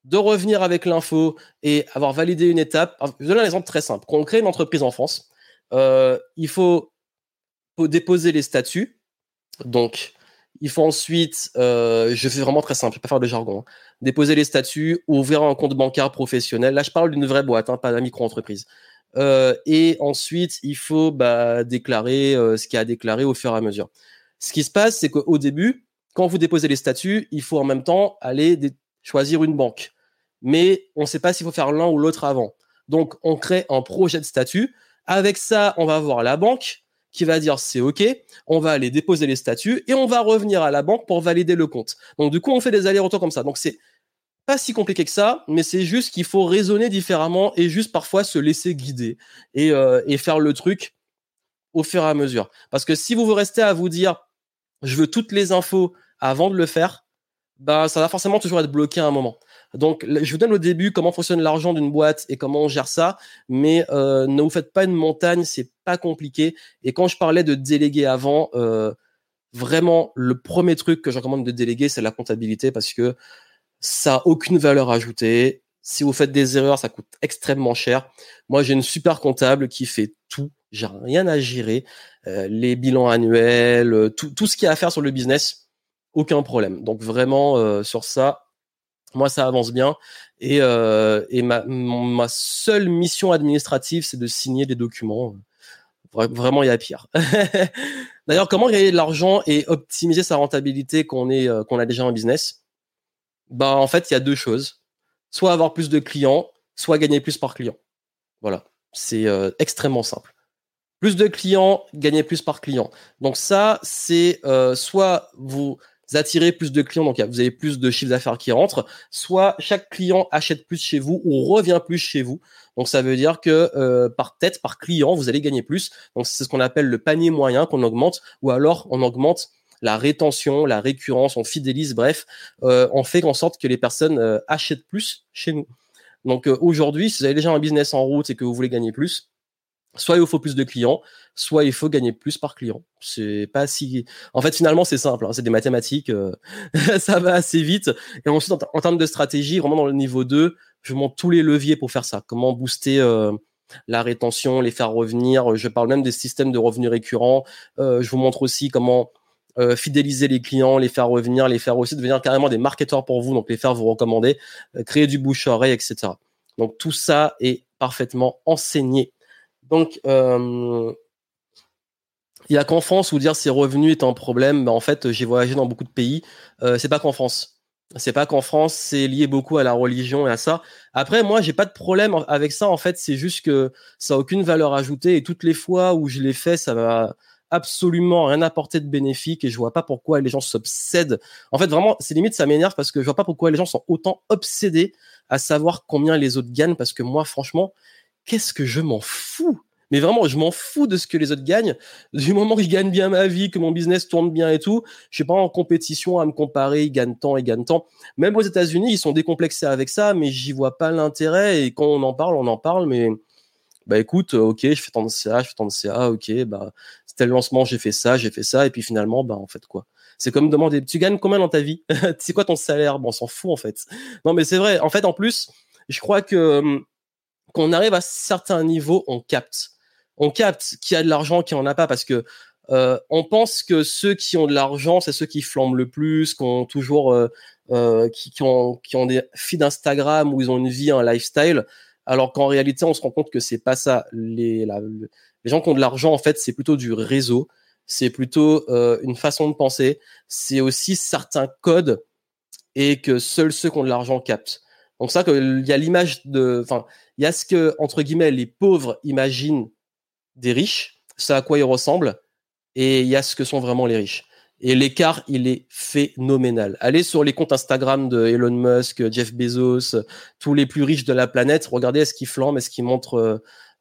Speaker 1: de revenir avec l'info et avoir validé une étape. Alors, je vous donne un exemple très simple. Quand on crée une entreprise en France, il faut déposer les statuts. Donc, il faut ensuite, je fais vraiment très simple, je vais pas faire de jargon, hein, déposer les statuts, ouvrir un compte bancaire professionnel. Là, je parle d'une vraie boîte, hein, pas d'une micro-entreprise. Et ensuite, il faut déclarer ce qu'il y a à déclarer au fur et à mesure. Ce qui se passe, c'est qu'au début, quand vous déposez les statuts, il faut en même temps aller choisir une banque. Mais on ne sait pas s'il faut faire l'un ou l'autre avant. Donc, on crée un projet de statut. Avec ça, on va voir la banque qui va dire c'est OK, on va aller déposer les statuts et on va revenir à la banque pour valider le compte. Donc, du coup, on fait des allers-retours comme ça. Donc, c'est pas si compliqué que ça, mais c'est juste qu'il faut raisonner différemment et juste parfois se laisser guider et faire le truc au fur et à mesure. Parce que si vous restez à vous dire je veux toutes les infos avant de le faire, ça va forcément toujours être bloqué à un moment. Donc, je vous donne au début comment fonctionne l'argent d'une boîte et comment on gère ça, mais ne vous faites pas une montagne, c'est pas compliqué. Et quand je parlais de déléguer avant, vraiment, le premier truc que je recommande de déléguer, c'est la comptabilité parce que ça n'a aucune valeur ajoutée. Si vous faites des erreurs, ça coûte extrêmement cher. Moi, j'ai une super comptable qui fait tout. J'ai rien à gérer. Les bilans annuels, tout ce qu'il y a à faire sur le business, aucun problème. Donc vraiment, sur ça, moi, ça avance bien. Et ma seule mission administrative, c'est de signer des documents. Vraiment, il y a pire. D'ailleurs, comment gagner de l'argent et optimiser sa rentabilité qu'on a déjà un business? En fait, il y a deux choses. Soit avoir plus de clients, soit gagner plus par client. Voilà. C'est extrêmement simple. Plus de clients, gagner plus par client. Donc ça, c'est soit vous attirez plus de clients, donc vous avez plus de chiffre d'affaires qui rentre, soit chaque client achète plus chez vous ou revient plus chez vous. Donc ça veut dire que par tête, par client, vous allez gagner plus. Donc c'est ce qu'on appelle le panier moyen qu'on augmente, ou alors on augmente la rétention, la récurrence, on fidélise, bref, on fait en sorte que les personnes achètent plus chez nous. Donc aujourd'hui, si vous avez déjà un business en route et que vous voulez gagner plus, soit il vous faut plus de clients, soit il faut gagner plus par client. C'est pas si. En fait, finalement, c'est simple. Hein, c'est des mathématiques. Ça va assez vite. Et ensuite, en termes de stratégie, vraiment dans le niveau 2, je vous montre tous les leviers pour faire ça. Comment booster la rétention, les faire revenir. Je parle même des systèmes de revenus récurrents. Je vous montre aussi comment fidéliser les clients, les faire revenir, les faire aussi devenir carrément des marketeurs pour vous, donc les faire vous recommander, créer du bouche-oreille, etc. Donc tout ça est parfaitement enseigné. Donc, il y a qu'en France où dire ses revenus est un problème. En fait, j'ai voyagé dans beaucoup de pays. C'est pas qu'en France. C'est pas qu'en France, c'est lié beaucoup à la religion et à ça. Après, moi, j'ai pas de problème avec ça. En fait, c'est juste que ça a aucune valeur ajoutée et toutes les fois où je l'ai fait, ça m'a absolument rien apporté de bénéfique et je vois pas pourquoi les gens s'obsèdent. En fait, vraiment, c'est limite, ça m'énerve parce que je vois pas pourquoi les gens sont autant obsédés à savoir combien les autres gagnent parce que moi, franchement, qu'est-ce que je m'en fous? Mais vraiment, je m'en fous de ce que les autres gagnent. Du moment que je gagne bien ma vie, que mon business tourne bien et tout, je suis pas en compétition à me comparer, ils gagnent tant, ils gagnent tant. Même aux États-Unis, ils sont décomplexés avec ça, mais j'y vois pas l'intérêt. Et quand on en parle, mais écoute, ok, je fais tant de CA, je fais tant de CA, ok, c'était le lancement, j'ai fait ça, et puis finalement, en fait quoi. C'est comme demander, tu gagnes combien dans ta vie? C'est quoi ton salaire? On s'en fout en fait. Non, mais c'est vrai. En fait, en plus, je crois que quand on arrive à certains niveaux, on capte. On capte qui a de l'argent, qui en a pas, parce que on pense que ceux qui ont de l'argent, c'est ceux qui flambent le plus, qui ont toujours, qui ont des feeds Instagram où ils ont une vie, un lifestyle, alors qu'en réalité, on se rend compte que c'est pas ça. Les gens qui ont de l'argent, en fait, c'est plutôt du réseau, c'est plutôt une façon de penser, c'est aussi certains codes et que seuls ceux qui ont de l'argent captent. Donc ça, il y a l'image il y a ce que, entre guillemets, les pauvres imaginent des riches, ce à quoi ils ressemblent, et il y a ce que sont vraiment les riches. Et l'écart, il est phénoménal. Allez sur les comptes Instagram de Elon Musk, Jeff Bezos, tous les plus riches de la planète, regardez est-ce qu'ils flambent, est-ce qu'ils montrent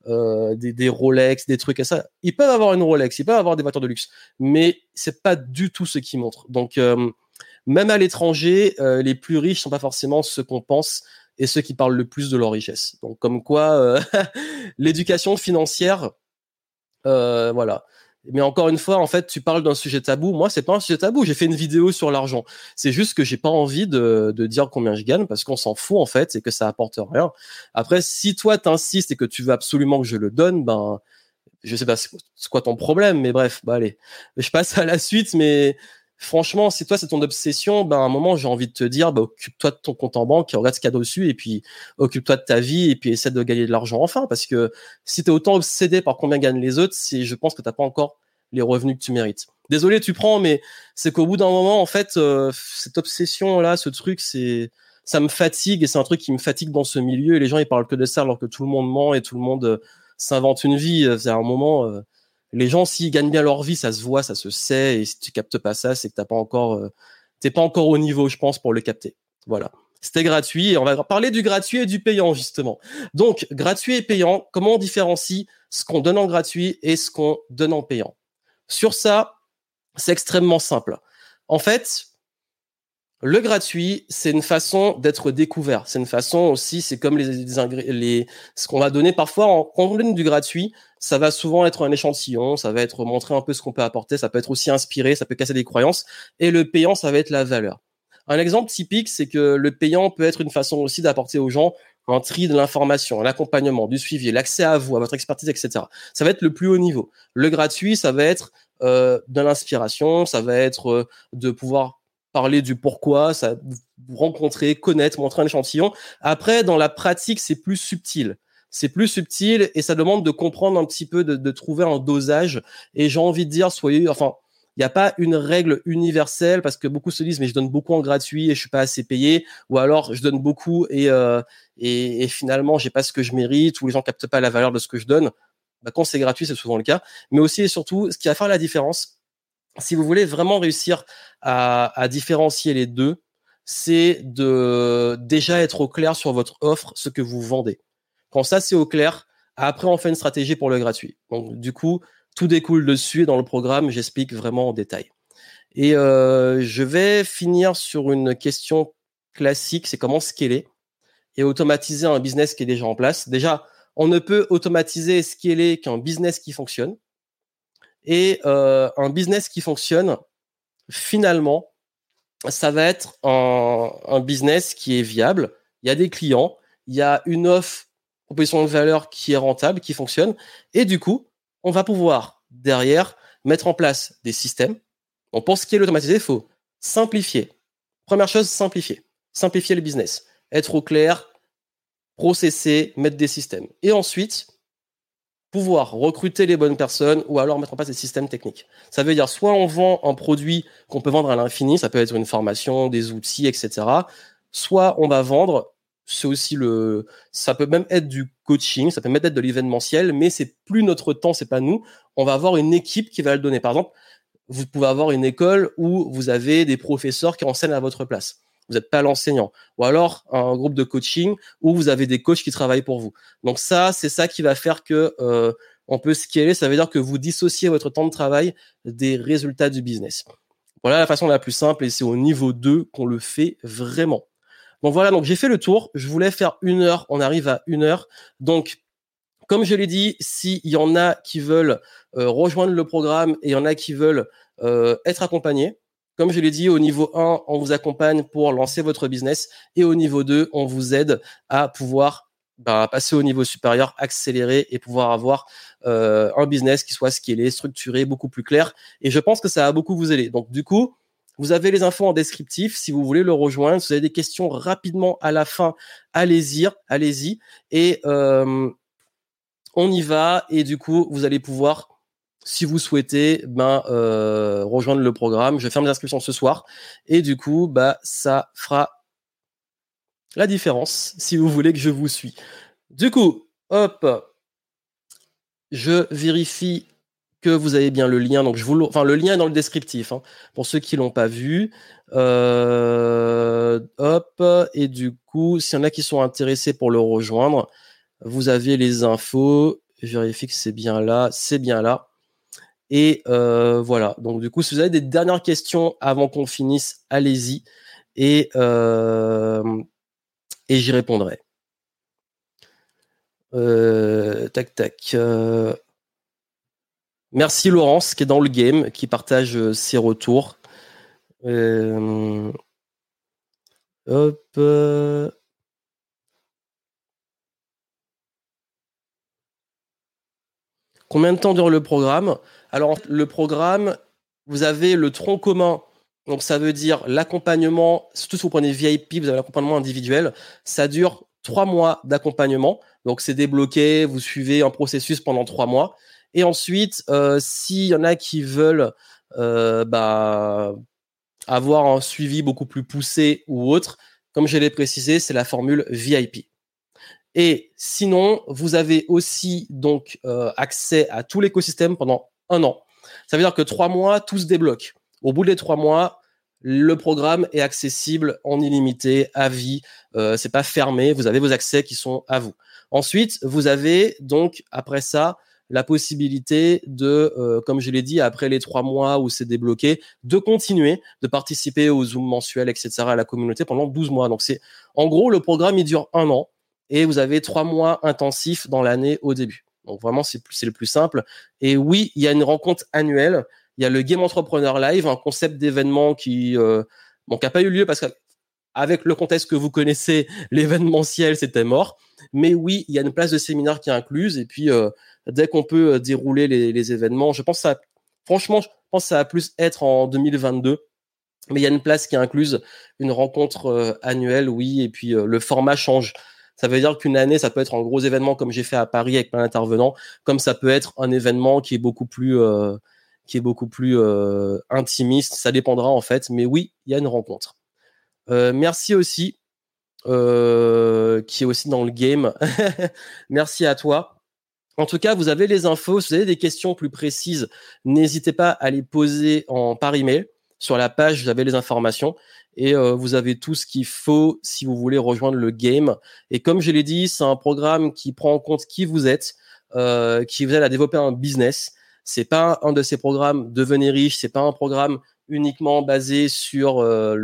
Speaker 1: des Rolex, des trucs et ça. Ils peuvent avoir une Rolex, ils peuvent avoir des voitures de luxe, mais c'est pas du tout ce qu'ils montrent. Donc, même à l'étranger, les plus riches sont pas forcément ceux qu'on pense et ceux qui parlent le plus de leur richesse. Donc, comme quoi, l'éducation financière, voilà. Mais encore une fois, en fait, tu parles d'un sujet tabou. Moi, c'est pas un sujet tabou. J'ai fait une vidéo sur l'argent. C'est juste que j'ai pas envie de dire combien je gagne parce qu'on s'en fout, en fait, et que ça apporte rien. Après, si toi, t'insistes et que tu veux absolument que je le donne, ben, je sais pas c'est quoi ton problème, mais bref, bah allez. Je passe à la suite, mais franchement, si toi c'est ton obsession, ben à un moment j'ai envie de te dire, bah occupe-toi de ton compte en banque, regarde ce qu'il y a dessus, et puis occupe-toi de ta vie, et puis essaie de gagner de l'argent enfin, parce que si t'es autant obsédé par combien gagnent les autres, c'est, je pense que t'as pas encore les revenus que tu mérites. Désolé, tu prends, mais c'est qu'au bout d'un moment, en fait, cette obsession là, ce truc, ça me fatigue, et c'est un truc qui me fatigue dans ce milieu, et les gens ils parlent que de ça alors que tout le monde ment et tout le monde s'invente une vie. C'est un moment, les gens s'ils gagnent bien leur vie, ça se voit, ça se sait, et si tu captes pas ça, c'est que t'es pas encore au niveau, je pense, pour le capter. Voilà. C'était gratuit et on va parler du gratuit et du payant justement. Donc gratuit et payant, comment on différencie ce qu'on donne en gratuit et ce qu'on donne en payant? Sur ça, c'est extrêmement simple. En fait, le gratuit, c'est une façon d'être découvert. C'est une façon aussi, c'est comme ce qu'on va donner parfois quand on donne du gratuit, ça va souvent être un échantillon, ça va être montrer un peu ce qu'on peut apporter, ça peut être aussi inspiré, ça peut casser des croyances. Et le payant, ça va être la valeur. Un exemple typique, c'est que le payant peut être une façon aussi d'apporter aux gens un tri de l'information, l'accompagnement, du suivi, l'accès à vous, à votre expertise, etc. Ça va être le plus haut niveau. Le gratuit, ça va être de l'inspiration, ça va être de pouvoir parler du pourquoi, ça vous rencontrer, connaître, montrer un échantillon. Après, dans la pratique, c'est plus subtil. C'est plus subtil et ça demande de comprendre un petit peu, de trouver un dosage. Et j'ai envie de dire, il n'y a pas une règle universelle parce que beaucoup se disent, mais je donne beaucoup en gratuit et je suis pas assez payé, ou alors je donne beaucoup et finalement j'ai pas ce que je mérite, ou les gens captent pas la valeur de ce que je donne. Bah, quand c'est gratuit, c'est souvent le cas. Mais aussi et surtout, ce qui va faire la différence, si vous voulez vraiment réussir à différencier les deux, c'est de déjà être au clair sur votre offre, ce que vous vendez. Quand ça c'est au clair, après on fait une stratégie pour le gratuit. Donc du coup, tout découle dessus et dans le programme, j'explique vraiment en détail. Et je vais finir sur une question classique, c'est comment scaler et automatiser un business qui est déjà en place. Déjà, on ne peut automatiser et scaler qu'un business qui fonctionne. Et un business qui fonctionne, finalement, ça va être un business qui est viable. Il y a des clients, il y a une offre, proposition de valeur qui est rentable, qui fonctionne. Et du coup, on va pouvoir, derrière, mettre en place des systèmes. Donc, pour ce qui est l'automatisé, il faut simplifier. Première chose, simplifier. Simplifier le business. Être au clair, processer, mettre des systèmes. Et ensuite, pouvoir recruter les bonnes personnes ou alors mettre en place des systèmes techniques. Ça veut dire soit on vend un produit qu'on peut vendre à l'infini, ça peut être une formation, des outils, etc. Soit on va vendre, ça peut même être du coaching, ça peut même être de l'événementiel, mais c'est plus notre temps, c'est pas nous. On va avoir une équipe qui va le donner. Par exemple, vous pouvez avoir une école où vous avez des professeurs qui enseignent à votre place. Vous n'êtes pas l'enseignant. Ou alors un groupe de coaching où vous avez des coachs qui travaillent pour vous. Donc ça, c'est ça qui va faire que on peut scaler. Ça veut dire que vous dissociez votre temps de travail des résultats du business. Voilà la façon la plus simple et c'est au niveau 2 qu'on le fait vraiment. Donc voilà, donc j'ai fait le tour. Je voulais faire 1 heure. On arrive à 1 heure. Donc comme je l'ai dit, s'il y en a qui veulent rejoindre le programme et il y en a qui veulent être accompagnés, comme je l'ai dit, au niveau 1, on vous accompagne pour lancer votre business et au niveau 2, on vous aide à pouvoir passer au niveau supérieur, accélérer et pouvoir avoir un business qui soit scalé, structuré, beaucoup plus clair. Et je pense que ça va beaucoup vous aider. Donc du coup, vous avez les infos en descriptif si vous voulez le rejoindre. Si vous avez des questions rapidement à la fin, allez-y, allez-y. Et on y va et du coup, vous allez pouvoir, si vous souhaitez, rejoindre le programme. Je ferme les inscriptions ce soir et du coup, ça fera la différence si vous voulez que je vous suis. Du coup, hop, je vérifie que vous avez bien le lien. Donc le lien est dans le descriptif pour ceux qui l'ont pas vu. Hop, et du coup, s'il y en a qui sont intéressés pour le rejoindre, vous avez les infos. Je vérifie que c'est bien là. C'est bien là. Et voilà. Donc du coup, si vous avez des dernières questions avant qu'on finisse, allez-y et j'y répondrai. Tac tac. Merci Laurence qui est dans le game, qui partage ses retours. Hop. Combien de temps dure le programme? Alors, le programme, vous avez le tronc commun. Donc, ça veut dire l'accompagnement, surtout si vous prenez VIP, vous avez l'accompagnement individuel. Ça dure 3 mois d'accompagnement. Donc, c'est débloqué, vous suivez un processus pendant 3 mois. Et ensuite, s'il y en a qui veulent avoir un suivi beaucoup plus poussé ou autre, comme je l'ai précisé, c'est la formule VIP. Et sinon, vous avez aussi donc accès à tout l'écosystème pendant 1 an. Ça veut dire que 3 mois, tout se débloque. Au bout des 3 mois, le programme est accessible en illimité, à vie. C'est pas fermé. Vous avez vos accès qui sont à vous. Ensuite, vous avez donc après ça la possibilité de, comme je l'ai dit, après les 3 mois où c'est débloqué, de continuer, de participer aux Zoom mensuels, etc., à la communauté pendant 12 mois. Donc c'est, en gros, le programme, il dure 1 an et vous avez 3 mois intensifs dans l'année au début. Donc vraiment, c'est le plus simple. Et oui, il y a une rencontre annuelle. Il y a le Game Entrepreneur Live, un concept d'événement qui n'a pas eu lieu parce qu'avec le contexte que vous connaissez, l'événementiel, c'était mort. Mais oui, il y a une place de séminaire qui est incluse. Et puis, dès qu'on peut dérouler les événements, franchement, je pense que ça va plus être en 2022. Mais il y a une place qui est incluse, une rencontre annuelle, oui. Et puis, le format change. Ça veut dire qu'une année, ça peut être un gros événement comme j'ai fait à Paris avec plein d'intervenants, comme ça peut être un événement qui est beaucoup plus intimiste. Ça dépendra en fait. Mais oui, il y a une rencontre. Merci aussi, qui est aussi dans le game. Merci à toi. En tout cas, vous avez les infos. Si vous avez des questions plus précises, n'hésitez pas à les poser par email. Sur la page, vous avez les informations et vous avez tout ce qu'il faut si vous voulez rejoindre le game. Et comme je l'ai dit, c'est un programme qui prend en compte qui vous êtes, qui vous aide à développer un business. C'est pas un de ces programmes devenez riche. C'est pas un programme uniquement basé sur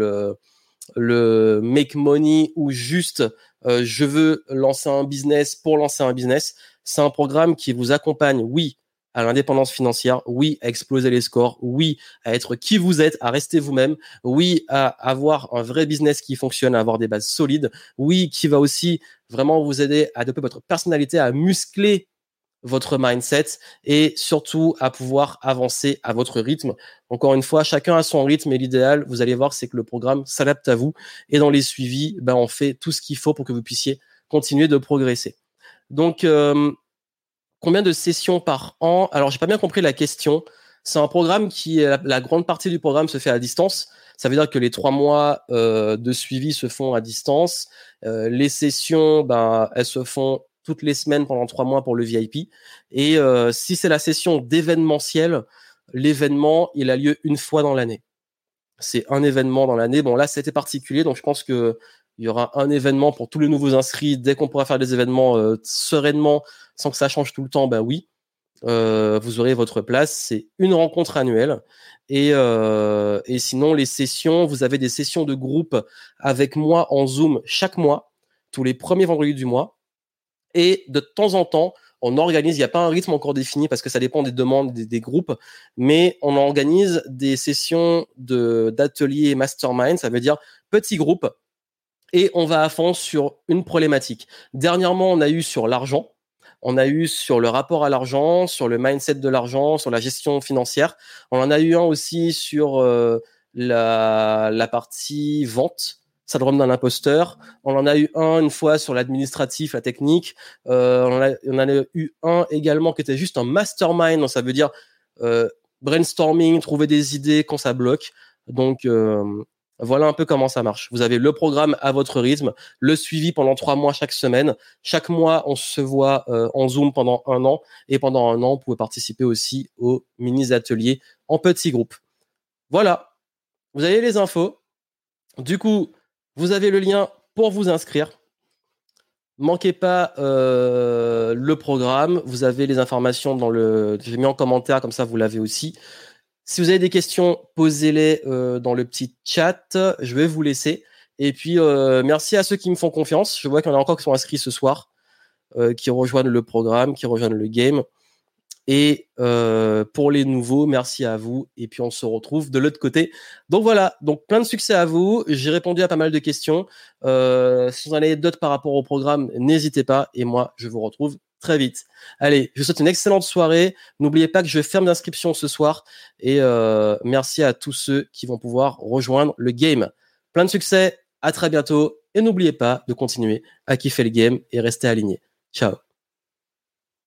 Speaker 1: le make money ou juste je veux lancer un business pour lancer un business. C'est un programme qui vous accompagne, oui, à l'indépendance financière, oui, à exploser les scores, oui, à être qui vous êtes, à rester vous-même, oui, à avoir un vrai business qui fonctionne, à avoir des bases solides, oui, qui va aussi vraiment vous aider à développer votre personnalité, à muscler votre mindset et surtout à pouvoir avancer à votre rythme. Encore une fois, chacun a son rythme et l'idéal, vous allez voir, c'est que le programme s'adapte à vous et dans les suivis, on fait tout ce qu'il faut pour que vous puissiez continuer de progresser. Donc, combien de sessions par an? Alors, j'ai pas bien compris la question. C'est un programme la grande partie du programme se fait à distance. Ça veut dire que les 3 mois de suivi se font à distance. Les sessions, elles se font toutes les semaines pendant 3 mois pour le VIP. Et si c'est la session d'événementiel, l'événement, il a lieu une fois dans l'année. C'est un événement dans l'année. Bon, là, c'était particulier, donc je pense que il y aura un événement pour tous les nouveaux inscrits. Dès qu'on pourra faire des événements sereinement, sans que ça change tout le temps, oui, vous aurez votre place. C'est une rencontre annuelle. Et sinon, les sessions, vous avez des sessions de groupe avec moi en Zoom chaque mois, tous les premiers vendredis du mois. Et de temps en temps, on organise, il n'y a pas un rythme encore défini parce que ça dépend des demandes des groupes, mais on organise des sessions d'ateliers mastermind, ça veut dire petits groupes, et on va à fond sur une problématique. Dernièrement, on a eu sur l'argent, on a eu sur le rapport à l'argent, sur le mindset de l'argent, sur la gestion financière. On en a eu un aussi sur la partie vente, syndrome d'un imposteur. On en a eu une fois sur l'administratif, la technique. On en a eu un également qui était juste un mastermind, donc ça veut dire brainstorming, trouver des idées quand ça bloque. Donc, voilà un peu comment ça marche. Vous avez le programme à votre rythme, le suivi pendant 3 mois chaque semaine. Chaque mois, on se voit en Zoom pendant 1 an. Et pendant 1 an, vous pouvez participer aussi aux mini-ateliers en petits groupes. Voilà, vous avez les infos. Du coup, vous avez le lien pour vous inscrire. Manquez pas le programme. Vous avez les informations j'ai mis en commentaire, comme ça vous l'avez aussi. Si vous avez des questions, posez-les dans le petit chat. Je vais vous laisser. Et puis, merci à ceux qui me font confiance. Je vois qu'il y en a encore qui sont inscrits ce soir, qui rejoignent le programme, qui rejoignent le game. Et pour les nouveaux, merci à vous. Et puis, on se retrouve de l'autre côté. Donc voilà, donc plein de succès à vous. J'ai répondu à pas mal de questions. Si vous en avez d'autres par rapport au programme, n'hésitez pas. Et moi, je vous retrouve très vite. Allez, je vous souhaite une excellente soirée. N'oubliez pas que je ferme l'inscription ce soir. Et merci à tous ceux qui vont pouvoir rejoindre le game. Plein de succès. À très bientôt. Et n'oubliez pas de continuer à kiffer le game et rester aligné. Ciao.